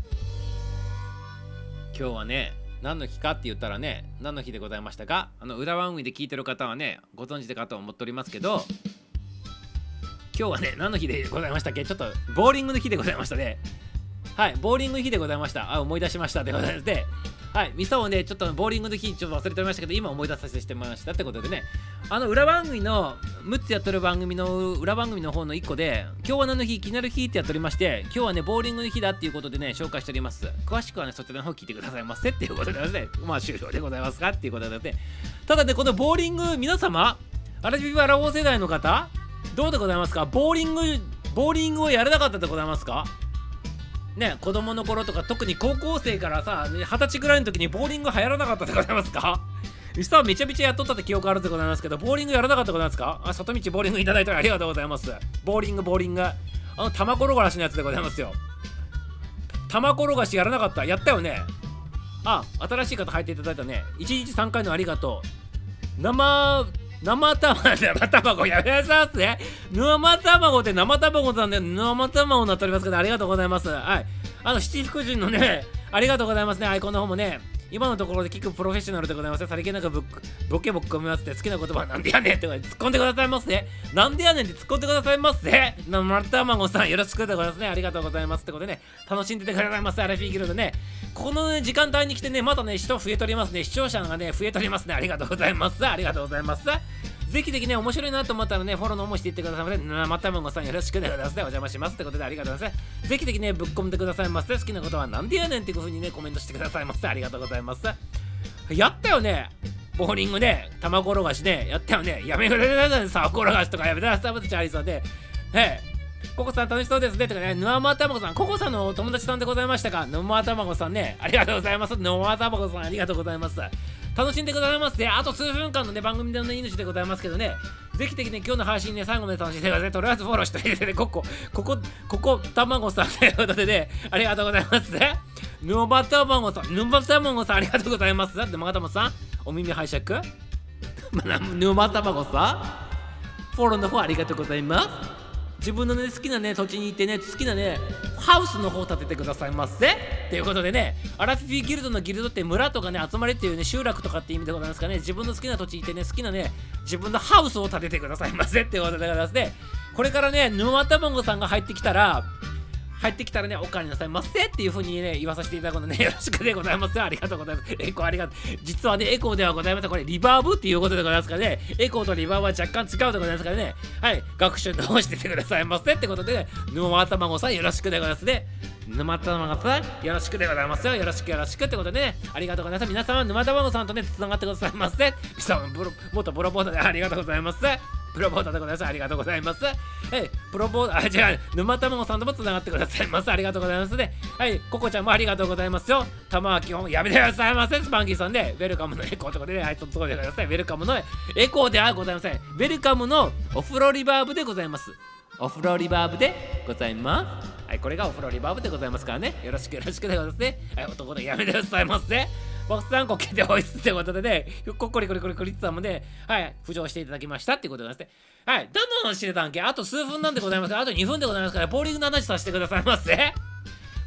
今日はね、何の日かって言ったらね、何の日でございましたか？裏番組で聞いてる方はね、ご存知でかと思っておりますけど、今日はね、何の日でございましたっけ？ちょっとボーリングの日でございましたね。はい、ボーリングの日でございました。思い出しましたでございまして、はい、ミサをね、ちょっとボーリングの日ちょっと忘れておりましたけど、今思い出させてもらいましたってことでね、裏番組の6つやってる番組の裏番組の方の1個で、今日は何の日、気になる日ってやっておりまして、今日はね、ボーリングの日だっていうことでね、紹介しております。詳しくはね、そちらの方聞いてくださいませっていうことでですね、まあ終了でございますかっていうことでですね、ただね、このボーリング、皆様、アラフィフアラフォー世代の方、どうでございますか？ボーリングをやらなかったでございますか？ね、子供の頃とか特に高校生からさ、20歳ぐらいの時にボーリング流行らなかったでございますか？実はめちゃめちゃやっとったって記憶あるでございますけど、ボーリングやらなかったでございますか？里道ボーリングいただいたらありがとうございます。ボーリング玉転がしのやつでございますよ。玉転がしやらなかった？やったよね。新しい方入っていただいたね。1日3回のありがとう。生卵やめなさいっすね。生卵って生卵なんで生卵になっておりますけど、ありがとうございます。はい。七福神のね、ありがとうございますね。アイコンの方もね、今のところで聞くプロフェッショナルでございます。さりげなくボケ込みますって、好きな言葉はなんでやねんって突っ込んでくださいますね。なんでやねんって突っ込んでくださいますね。生卵さんよろしくでございますね。ありがとうございますってことでね、楽しんでてくださいます。アラフィーギルドね。この、ね、時間帯に来てね、またね、人増えとりますね。視聴者がね、増えとりますね。ありがとうございます。ありがとうございます。ぜひぜひね、面白いなと思ったらね、フォローの方もしていってくださいませ。生卵さんよろしくでございますね。お邪魔しますってことでありがとうございます。ぜひぜひね、ぶっ込んでくださいませ。好きなことはなんでやねんっていう風にね、コメントしてくださいませ。ありがとうございます。やったよね。ボーリングね、玉転がしね、やったよね。やめてくださいね。さあ、転がしとかやめてくださいませ。チャーリーさんで。ココさん楽しそうですね。とかね、沼卵さん、ココさんのお友達さんでございましたか？沼卵さんね、ありがとうございます。沼卵さん、ありがとうございます。楽しんでくださいませ。あと数分間のね、番組での命でございますけどね、ぜひぜひね、今日の配信ね、最後まで楽しんでください。とりあえずフォローしておいてね、ここ、卵さんということでね、ありがとうございますね。沼卵さん、ありがとうございます。沼卵さん、お耳拝借沼卵さん、フォローの方ありがとうございます。自分のね、好きなね、土地に行ってね、好きなね、ハウスの方を建ててくださいませ。ということでね、アラフィフギルドのギルドって村とかね、集まりっていうね、集落とかって意味でございますかね、自分の好きな土地に行ってね、好きなね、自分のハウスを建ててくださいませっていうことでございますね。これからね、沼卵さんが入ってきたらね、お借りなさいませっていう風にね、言わさせていただくのね、よろしくでございますよ。ありがとうございます。エコーありがとう。実はね、エコーではございません。これ、リバーブっていうことでございますからね、エコーとリバーブは若干違うでございますからね、はい、学習の方しててくださいませってことでね、沼卵さんよろしくでございますね。沼卵さんよろしくでございますよ。よろしくってことでね、ありがとうございます。皆様、沼卵さんとね、つながってくださいませ。元プロポーターでありがとうございます。プロポーターでございます。ありがとうございます。プロポーター、沼卵さんともつながってくださいます。ありがとうございますね。はい、ココちゃんもありがとうございますよ。玉は基本やめてくださいませ。スパンキーさんで、ウェルカムのエコーとかでね、はい、届けてください。ウェルカムのエコーではございません。ウェルカムのお風呂リバーブでございます。お風呂リバーブでございます。はい、これがお風呂リバーブでございますからね。よろしくでございますね。はい、男でやめてくださいませ。ボスさんこけておいしってことでね、こっこりこりこりこりってさんもね、はい、浮上していただきましたっていうことなんですね。はい、何の話してたんけ？あと数分なんでございます。あと2分でございますから、ボーリングの話させてくださいませ。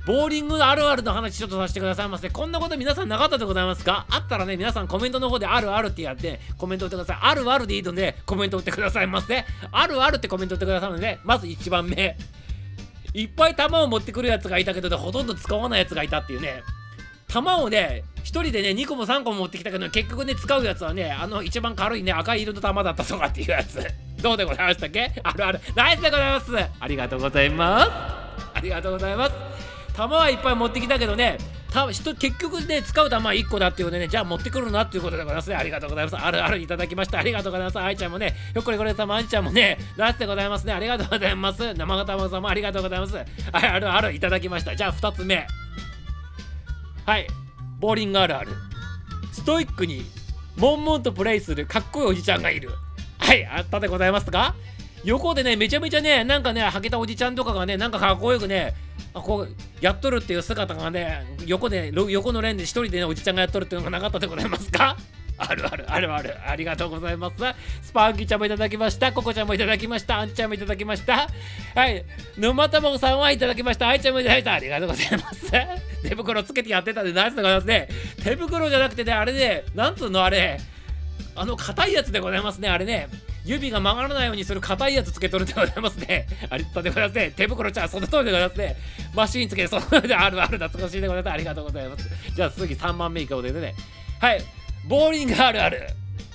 ボーリングあるあるの話ちょっとさせてくださいませ。こんなこと皆さんなかったでございますか？あったらね、皆さんコメントの方であるあるってやってコメント打ってください。あるあるでいいのでコメント打ってくださいませ。あるあるってコメント打ってくださいので、まず1番目、いっぱい弾を持ってくるやつがいたけどね、ほとんど使わないやつがいたっていうね。弾をね、1人でね2個も3個も持ってきたけど、結局ね使うやつはね、一番軽いね赤い色の弾だったとかっていうやつ。どうでございましたっけ？あるある、ナイスでございます。ありがとうございます。ありがとうございます。弾はいっぱい持ってきたけどね、結局ね使う弾は1個だっていうのでね、じゃあ持ってくるなっていうことでございますね。ありがとうございます。あるあるいただきました。ありがとうございます。あいちゃんもね、よっこれこれ様、あいちゃんもね、ナイスでございますね。ありがとうございます。生型まさもありがとうございます。はい、あるあるいただきました。じゃあ2つ目、はい、ボーリングあるある。ストイックに悶々とプレイするかっこいいおじちゃんがいる。はい、あったでございますか？横でね、めちゃめちゃね、なんかね、はけたおじちゃんとかがね、なんかかっこよくね、こうやっとるっていう姿がね、横のレーンで一人でね、おじちゃんがやっとるっていうのがなかったでございますか？あるあるあるある、ありがとうございます。スパーキーちゃんもいただきました。ココちゃんもいただきました。アンチちゃんもいただきました。はい、沼卵さんはいただきました。アイちゃんもいただいた。ありがとうございます。手袋つけてやってたんでナイスでございますね。手袋じゃなくてね、あれね、なんつうのあれ、硬いやつでございますね。あれね、指が曲がらないようにする硬いやつつけとるでございますね。ありがとうございますね。手袋ちゃん、その通りでございますね。マシンつけて、その通りであるある懐かしいでございます。ありがとうございます。じゃあ次3番目いこうということでね。はい、ボーリングあるある。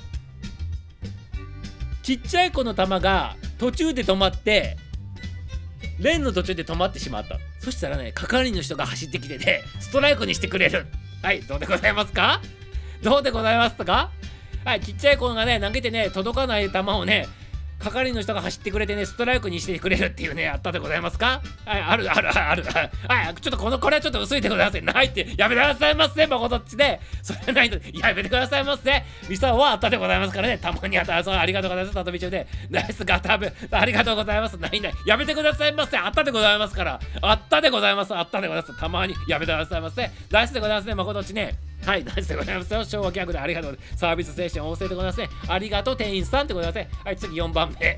ちっちゃい子の球が途中で止まって、レーンの途中で止まってしまった。そしたらね、係員の人が走ってきてね、ストライクにしてくれる。はい、どうでございますか？どうでございますか？はい、ちっちゃい子がね、投げてね、届かない球をね、係の人が走ってくれてね、ストライクにしてくれるっていうね、あったでございますか？はい、ある。はい、ちょっとこれはちょっと薄いでございます。ないって、やめてくださいませ、まこどっちで。それはないと、やめてくださいませ。ミサオはあったでございますからね、たまにあった。ありがとうございます。たとびちょで、ナイスガタブ、ありがとうございます。ない、やめてくださいませ。あったでございますから。あったでございます。たまに、やめてくださいませ。ナイスでございますね、まこどっちね。はい、ナイスでございますよ。昭和ギャグでありがとう。サービス精神旺盛でございますね。ありがとう、店員さんでございますね。はい、次4番目。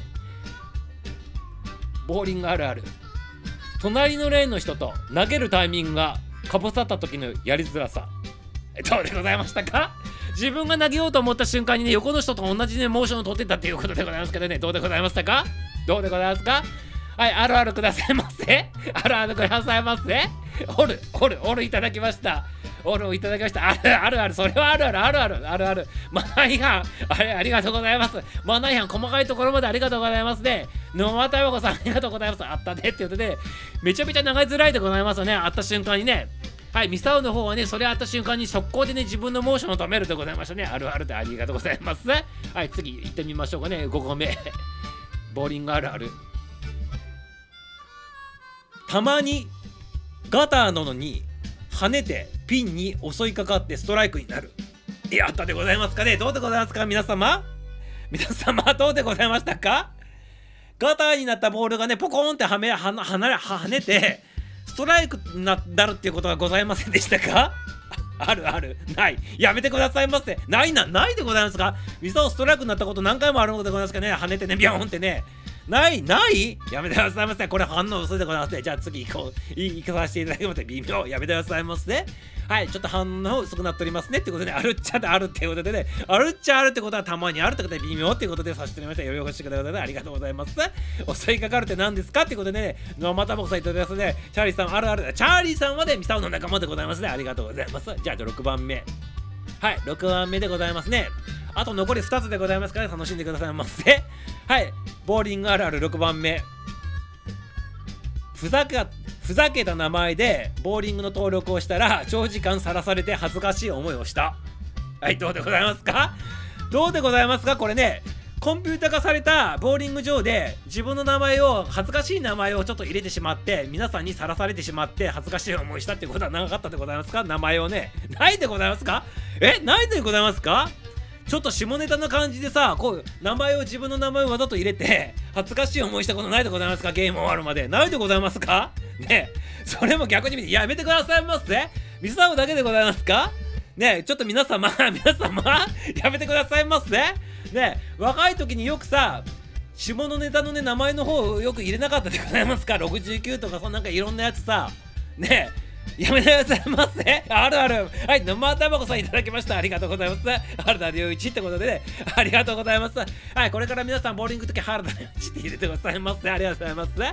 ボーリングあるある。隣のレーンの人と投げるタイミングがかぶさった時のやりづらさ。どうでございましたか？自分が投げようと思った瞬間にね、横の人と同じね、モーションを取ってたっていうことでございますけどね、どうでございましたか？どうでございますか？はい、あるあるくださいませ。あるあるくださいませ。オルいただきました。オルをいただきました。ある、それはある。マナー違反、ありがとうございます。マナー違反、細かいところまでありがとうございますね。沼たばこさん、ありがとうございます。あったねってことで、めちゃめちゃ長いづらいでございますよね。あった瞬間にね。はい、ミサオの方はね、それあった瞬間に速攻でね、自分のモーションを止めるでございましたね。あるあるでありがとうございます。はい、次行ってみましょうかね。5個目。ボーリングあるある。たまにガターなのに跳ねてピンに襲いかかってストライクになる。あったでございますかね。どうでございますか、皆様どうでございましたか？ガターになったボールがね、ポコーンって跳ねてストライクになるっていうことはございませんでしたか？ある、ない、やめてくださいませ。ないでございますか？ミサオストライクになったこと何回もあるのでございますかね。跳ねてね、ビョーンってね、ないやめてくださいませ。これ反応薄いでございますね。じゃあ次行かさせていただきます。微妙、やめてくださいませ。はい、ちょっと反応薄くなっておりますねってことで、あるっちゃあるっていうことでね、あるっちゃあるってことはたまにあるってことで微妙っていうことでさせておりました。よろしくお願いします。ありがとうございます。襲いかかるって何ですかってことでね、また僕さんいただきますね。チャーリーさん、ある。チャーリーさんはね、ミサオの仲間でございますね。ありがとうございます。じゃあ6番目。はい、6番目でございますね。あと残り2つでございますから、楽しんでくださいませ。はい、ボーリングあるある6番目。ふざけた名前でボーリングの登録をしたら長時間さらされて恥ずかしい思いをした。はい、どうでございますか？これね、コンピュータ化されたボーリング場で自分の名前を、恥ずかしい名前をちょっと入れてしまって、皆さんにさらされてしまって恥ずかしい思いしたってことはなかったでございますか？名前をね、ないでございますか？ないでございますか？ちょっと下ネタな感じでさ、こう自分の名前をわざと入れて恥ずかしい思いしたことないでございますか？ゲーム終わるまでないでございますかね。それも逆に見てやめてくださいませ。ミサオだけでございますかね。ちょっと皆様やめてくださいませね。若い時によくさ、下のネタのね、名前の方をよく入れなかったでございますか？69とかなんかいろんなやつさねやめてくださいませ。あるある。はい、生卵さんいただきました。ありがとうございます。原田隆一ってことでね、ありがとうございます。はい、これから皆さんボーリングの時原田隆一って入れてくださいませ。ありがとうございます。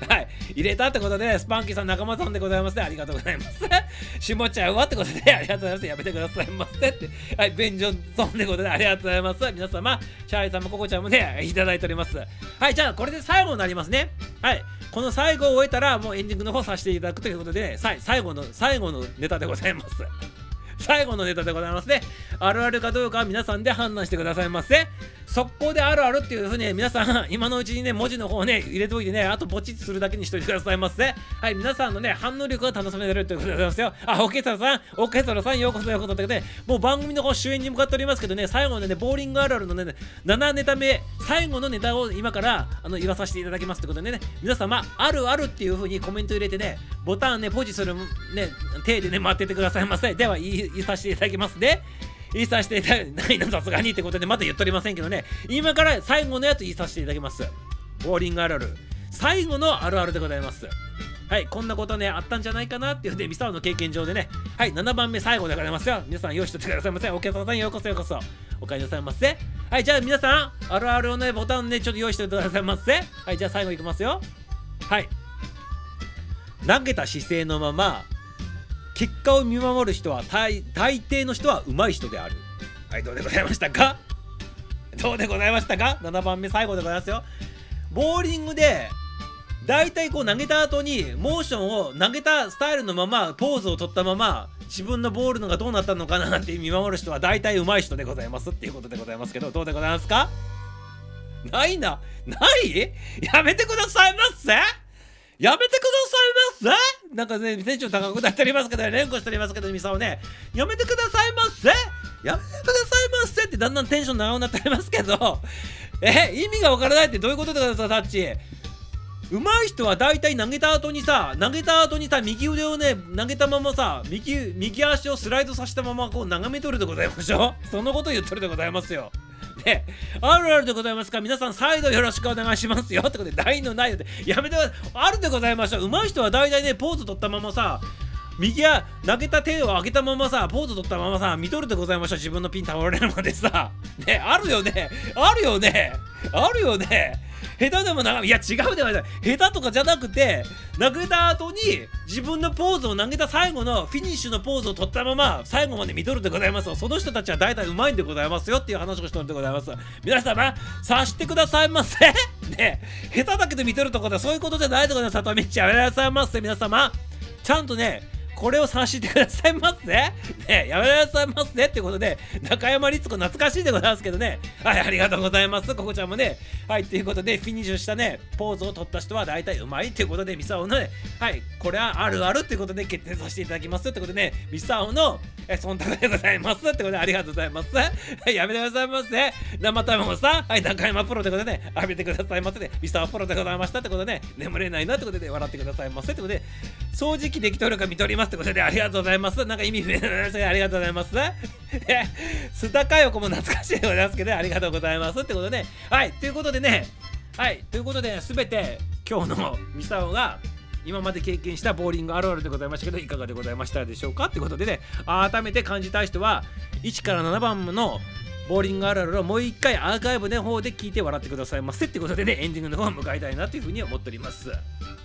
はい、入れたってことで、スパンキーさん仲間さんでございます。ありがとうございます。下ちゃうわってことで、ありがとうございます。やめてくださいませって。はい、ベンジョンソンってことで、ありがとうございます。皆様、シャーリーさんもココちゃんもね、いただいております。はい、じゃあこれで最後になりますね。はい、この最後を終えたら、もうエンディングの方させていただくということで、最後のネタでございます。最後のネタでございますね。あるあるかどうかは皆さんで判断してくださいませ。速攻であるあるっていうふうに皆さん今のうちにね文字の方をね入れておいてね、あとポチッとするだけにしといてくださいませ。はい、皆さんのね反応力が楽しめるということでございますよ。あ、オーケストラさん、オーケストラさん、ようこそようこそということで、もう番組の方終焉に向かっておりますけどね、最後のねボーリングあるあるのね7ネタ目、最後のネタを今から言わさせていただきますということでね、皆様あるあるっていうふうにコメント入れてね、ボタンねポチするね手でね待っててくださいませ。では言いさせていただきますね。言いさせていただきないのさすがにってことでまだ言っておりませんけどね、今から最後のやつ言いさせていただきます。ボーリングあるある最後のあるあるでございます。はい、こんなことねあったんじゃないかなっていうね、ミサオの経験上でね、はい、7番目最後でございますよ。皆さん用意しておいてくださいませ。お客さんようこそようこそお帰りなさいませ。はい、じゃあ皆さんあるあるをねボタンねちょっと用意しておいてくださいませ。はい、じゃあ最後いきますよ。はい、投げた姿勢のまま結果を見守る人は大抵の人は上手い人である。はい、どうでございましたか。どうでございましたか。7番目最後でございますよ。ボーリングでだいたいこう投げた後にモーションを投げたスタイルのままポーズを取ったまま自分のボールのがどうなったのかなって見守る人は大体上手い人でございますっていうことでございますけど、どうでございますか。ないな、ないやめてくださいませ。やめてくださいませ。なんかね、テンション高くなっておりますけど、連呼しておりますけど、ミサオね、やめてくださいませ。やめてくださいませってだんだんテンション長くなっておりますけど、意味がわからないってどういうことだからさ、タッチ。上手い人はだいたい投げた後にさ、右腕をね、投げたままさ、右足をスライドさせたままこう眺めとるでございましょ。そのこと言ってるでございますよ。ね、あるあるでございますから、皆さん再度よろしくお願いしますよってことで、大のないのでやめてください。あるでございました。上手い人は大体ねポーズ取ったままさ、右や投げた手を上げたままさ、ポーズ取ったままさ見とるでございました。自分のピン倒れるまでさね、あるよね、あるよね、あるよね。下手でもいや違うではない、下手とかじゃなくて、投げた後に自分のポーズを投げた最後のフィニッシュのポーズを取ったまま最後まで見とるでございます。その人たちは大体うまいんでございますよっていう話をしてるんでございます。皆様察してくださいませ。ね、下手だけど見とるところではそういうことじゃないでございます。里道やめなさいませ。皆様ちゃんとねこれを察してくださいませ。ね、やめなさいませってことで、中山律子懐かしいでございますけどね。はい、ありがとうございます。ここちゃんもね。はい、ということで、フィニッシュしたね、ポーズを取った人は大体うまいっていうことで、ミサオのね、はい、これはあるあるっていうことで決定させていただきますってことでね、ミサオの忖度でございますってことで、ありがとうございます。はい、やめてくださいませ。生卵さん、はい、中山プロってことでね、やめてくださいませで、ミサオプロでございましたってことでね、眠れないなってことで、笑ってくださいませってことで、掃除機できとるか見とりますってことで、ありがとうございます。なんか意味不明な話でありがとうございます。須田佳代子も懐かしいでございますけど、ありがとうございますってことでね、はい、ということでね、はい、ということで、すべて今日のミサオが今まで経験したボーリングあるあるでございましたけど、いかがでございましたでしょうかってことでね、改めて感じたい人は1から7番のボーリングあるあるをもう一回アーカイブの方で聞いて笑ってくださいませってことでね、エンディングの方を迎えたいなというふうに思っております。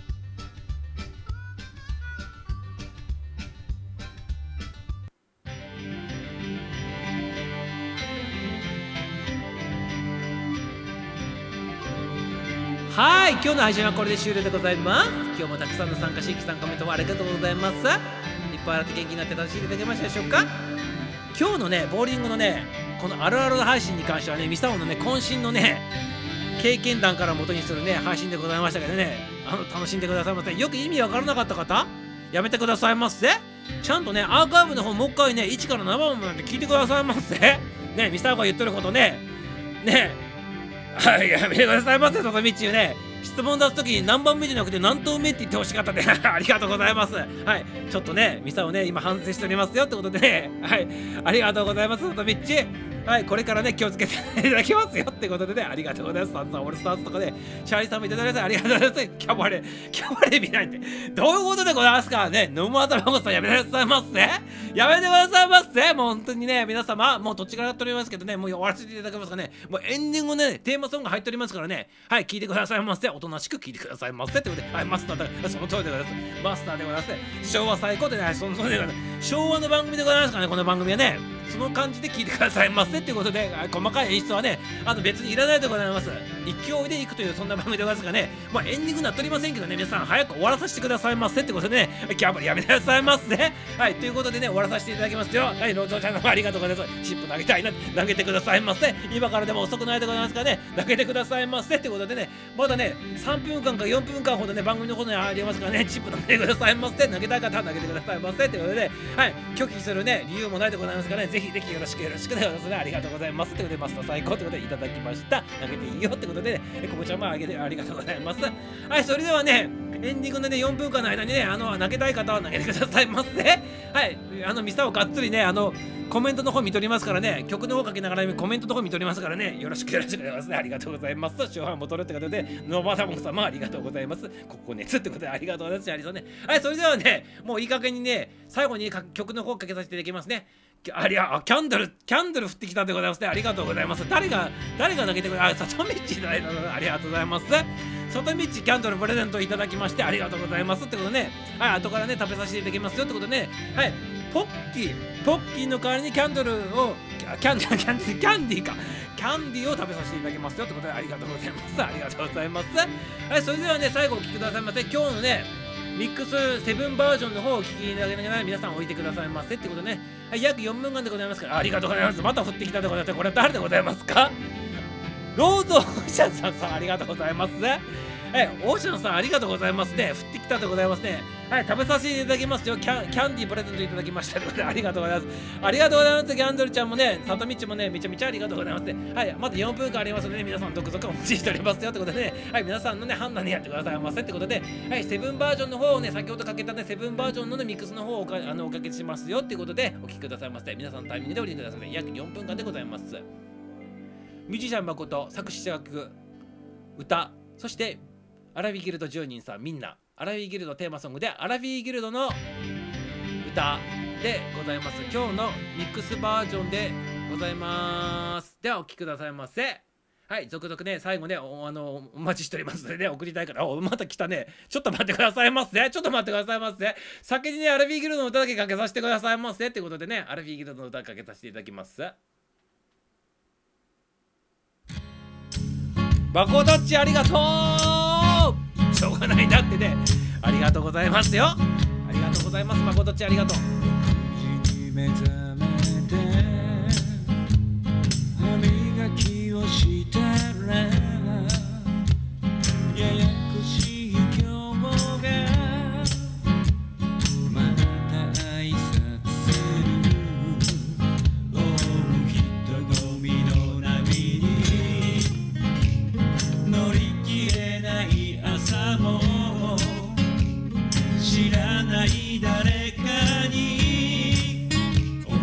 はい、今日の配信はこれで終了でございます。今日もたくさんの参加、新規さんコメントもありがとうございます。いっぱい洗って元気になって楽しんでいただけましたでしょうか。今日のね、ボーリングのね、このあるある配信に関してはね、ミサオのね、渾身のね、経験談から元にするね、配信でございましたけどね、楽しんでくださいませ。よく意味わからなかった方、やめてくださいませ。ちゃんとね、アーカイブの方もう一回ね、1から7番まで聞いてくださいませ。ね、ミサオが言ってることね、はい、やめてくださいませ。里道ね、質問出すときに何番目じゃなくて何頭目って言ってほしかったでありがとうございます。はい、ちょっとね、ミサをね、今反省しておりますよってことでね、はい、ありがとうございます。里道はい、これからね気をつけていただきますよってことでね、ありがとうございます。サンさんオールスターズとかでシャーリーさんもいただいてありがとうございます。キャバレー見ないってどういうことでございますかね。野村卵さんやめてくださいませ、やめてくださいませ。もう本当にね皆様もうどっちからやっておりますけどね、もう終わらせていただけますかね。もうエンディングねテーマソング入っておりますからね、はい、聞いてくださいませ。おとなしく聞いてくださいませってことで、はい、マスターだその通りでございます。マスターでございます。昭和最高でね、その通りでございます。昭和の番組でございますからね、この番組はねその感じで聞いてくださいませってことで、細かい演出はね別にいらないでございます。勢いでいくというそんな番組でございますがね、まあエンディングになっておりませんけどね、皆さん早く終わらさせてくださいませってことでね、キャバレーやめてくださいませ。はい、ということでね終わらさせていただきますよ。はい、ロードチャンネルありがとうございます。尻尾投げたいな、投げてくださいませ。今からでも遅くないでございますからね、投げてくださいませってことでね、まだね3分間か4分間ほどね番組の方にありますからね、チップ投げてくださいませ。投げたい方は投げてくださいませってことで、はい、拒否するね理由もないでございますからね、ぜひぜひよろしくでございますね。ありがとうございますってことで、マスター最高ってことでいただきました。投げていいよってことでね、ここちゃんもあげてありがとうございます。はい、それではねエンディングのね4分間の間にね投げたい方は投げてくださいませ。はい、ミサをがっつりねコメントの方見とりますからね、曲の方かけながらコメントの方見とりますからね、よろしくお願いしますね。ありがとうございます。初版も取るってことで、ノバタモン様ありがとうございます。ここ熱ってことでありがとうございます。ありそうね。はい、それではねもういい加減にね最後に曲の方かけさせていただきますね。キャンドル降ってきたでございますね。ありがとうございます。誰が投げてくれ、里道いただいたのありがとうございます。里道キャンドルプレゼントいただきましてありがとうございますってことね。はい、後からね食べさせていただきますよってことね。はい、ポッキーの代わりにキャンディーを食べさせていただきますよってことでありがとうございます。ありがとうございます。はい、それではね最後お聞きくださいませ。今日のねミックス7バージョンの方をお聞きいただけながら皆さん置いてくださいませってことね。はい、約4分間でございますからありがとうございます。また降ってきたでございます。これは誰でございますか。ロードオーシャンさんありがとうございます。オーシャンさんありがとうございますね。降ってきたでございますね。はい、食べさせていただきますよ。キャンディープレゼントいただきましたということでありがとうございます。ありがとうございます。キャンドルちゃんもね、サトミッチもね、めちゃめちゃありがとうございますね。はい、まだ4分間ありますので、ね、皆さん続々お待ちしておりますよってことでね、はい、皆さんのね、判断にやってくださいませってことで、はい、7バージョンの方をね、先ほどかけたね、7バージョンの、ね、ミックスの方をおかけしますよっていうことで、お聞きくださいませ。皆さんのタイミングで降りてくださいね。約4分間でございます。ミュージシャン誠、作詞作曲、歌、そしてアラビーギルド10人さんみんなアラビーギルドテーマソングでアラビーギルドの歌でございます。今日のミックスバージョンでございます。ではお聴きくださいませ。はい、続々ね最後ねお待ちしておりますのでね、送りたいからまた来たね。ちょっと待ってくださいませ。ちょっと待ってくださいませ。先にねアラビーギルドの歌だけかけさせてくださいませってことでね、アラビーギルドの歌かけさせていただきます。バコどっちありがとう。しょうがないなってね、ありがとうございますよ。ありがとうございます。バコどっちありがとう。 目覚めて歯磨きをしたらややこしい今日がまた挨拶する大人混みの波に乗り切れない朝も知らない誰かに思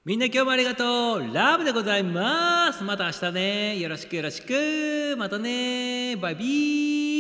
みんな今日もありがとう。ラブでございます。また明日ね。よろしくよろしく。またね。バイビー。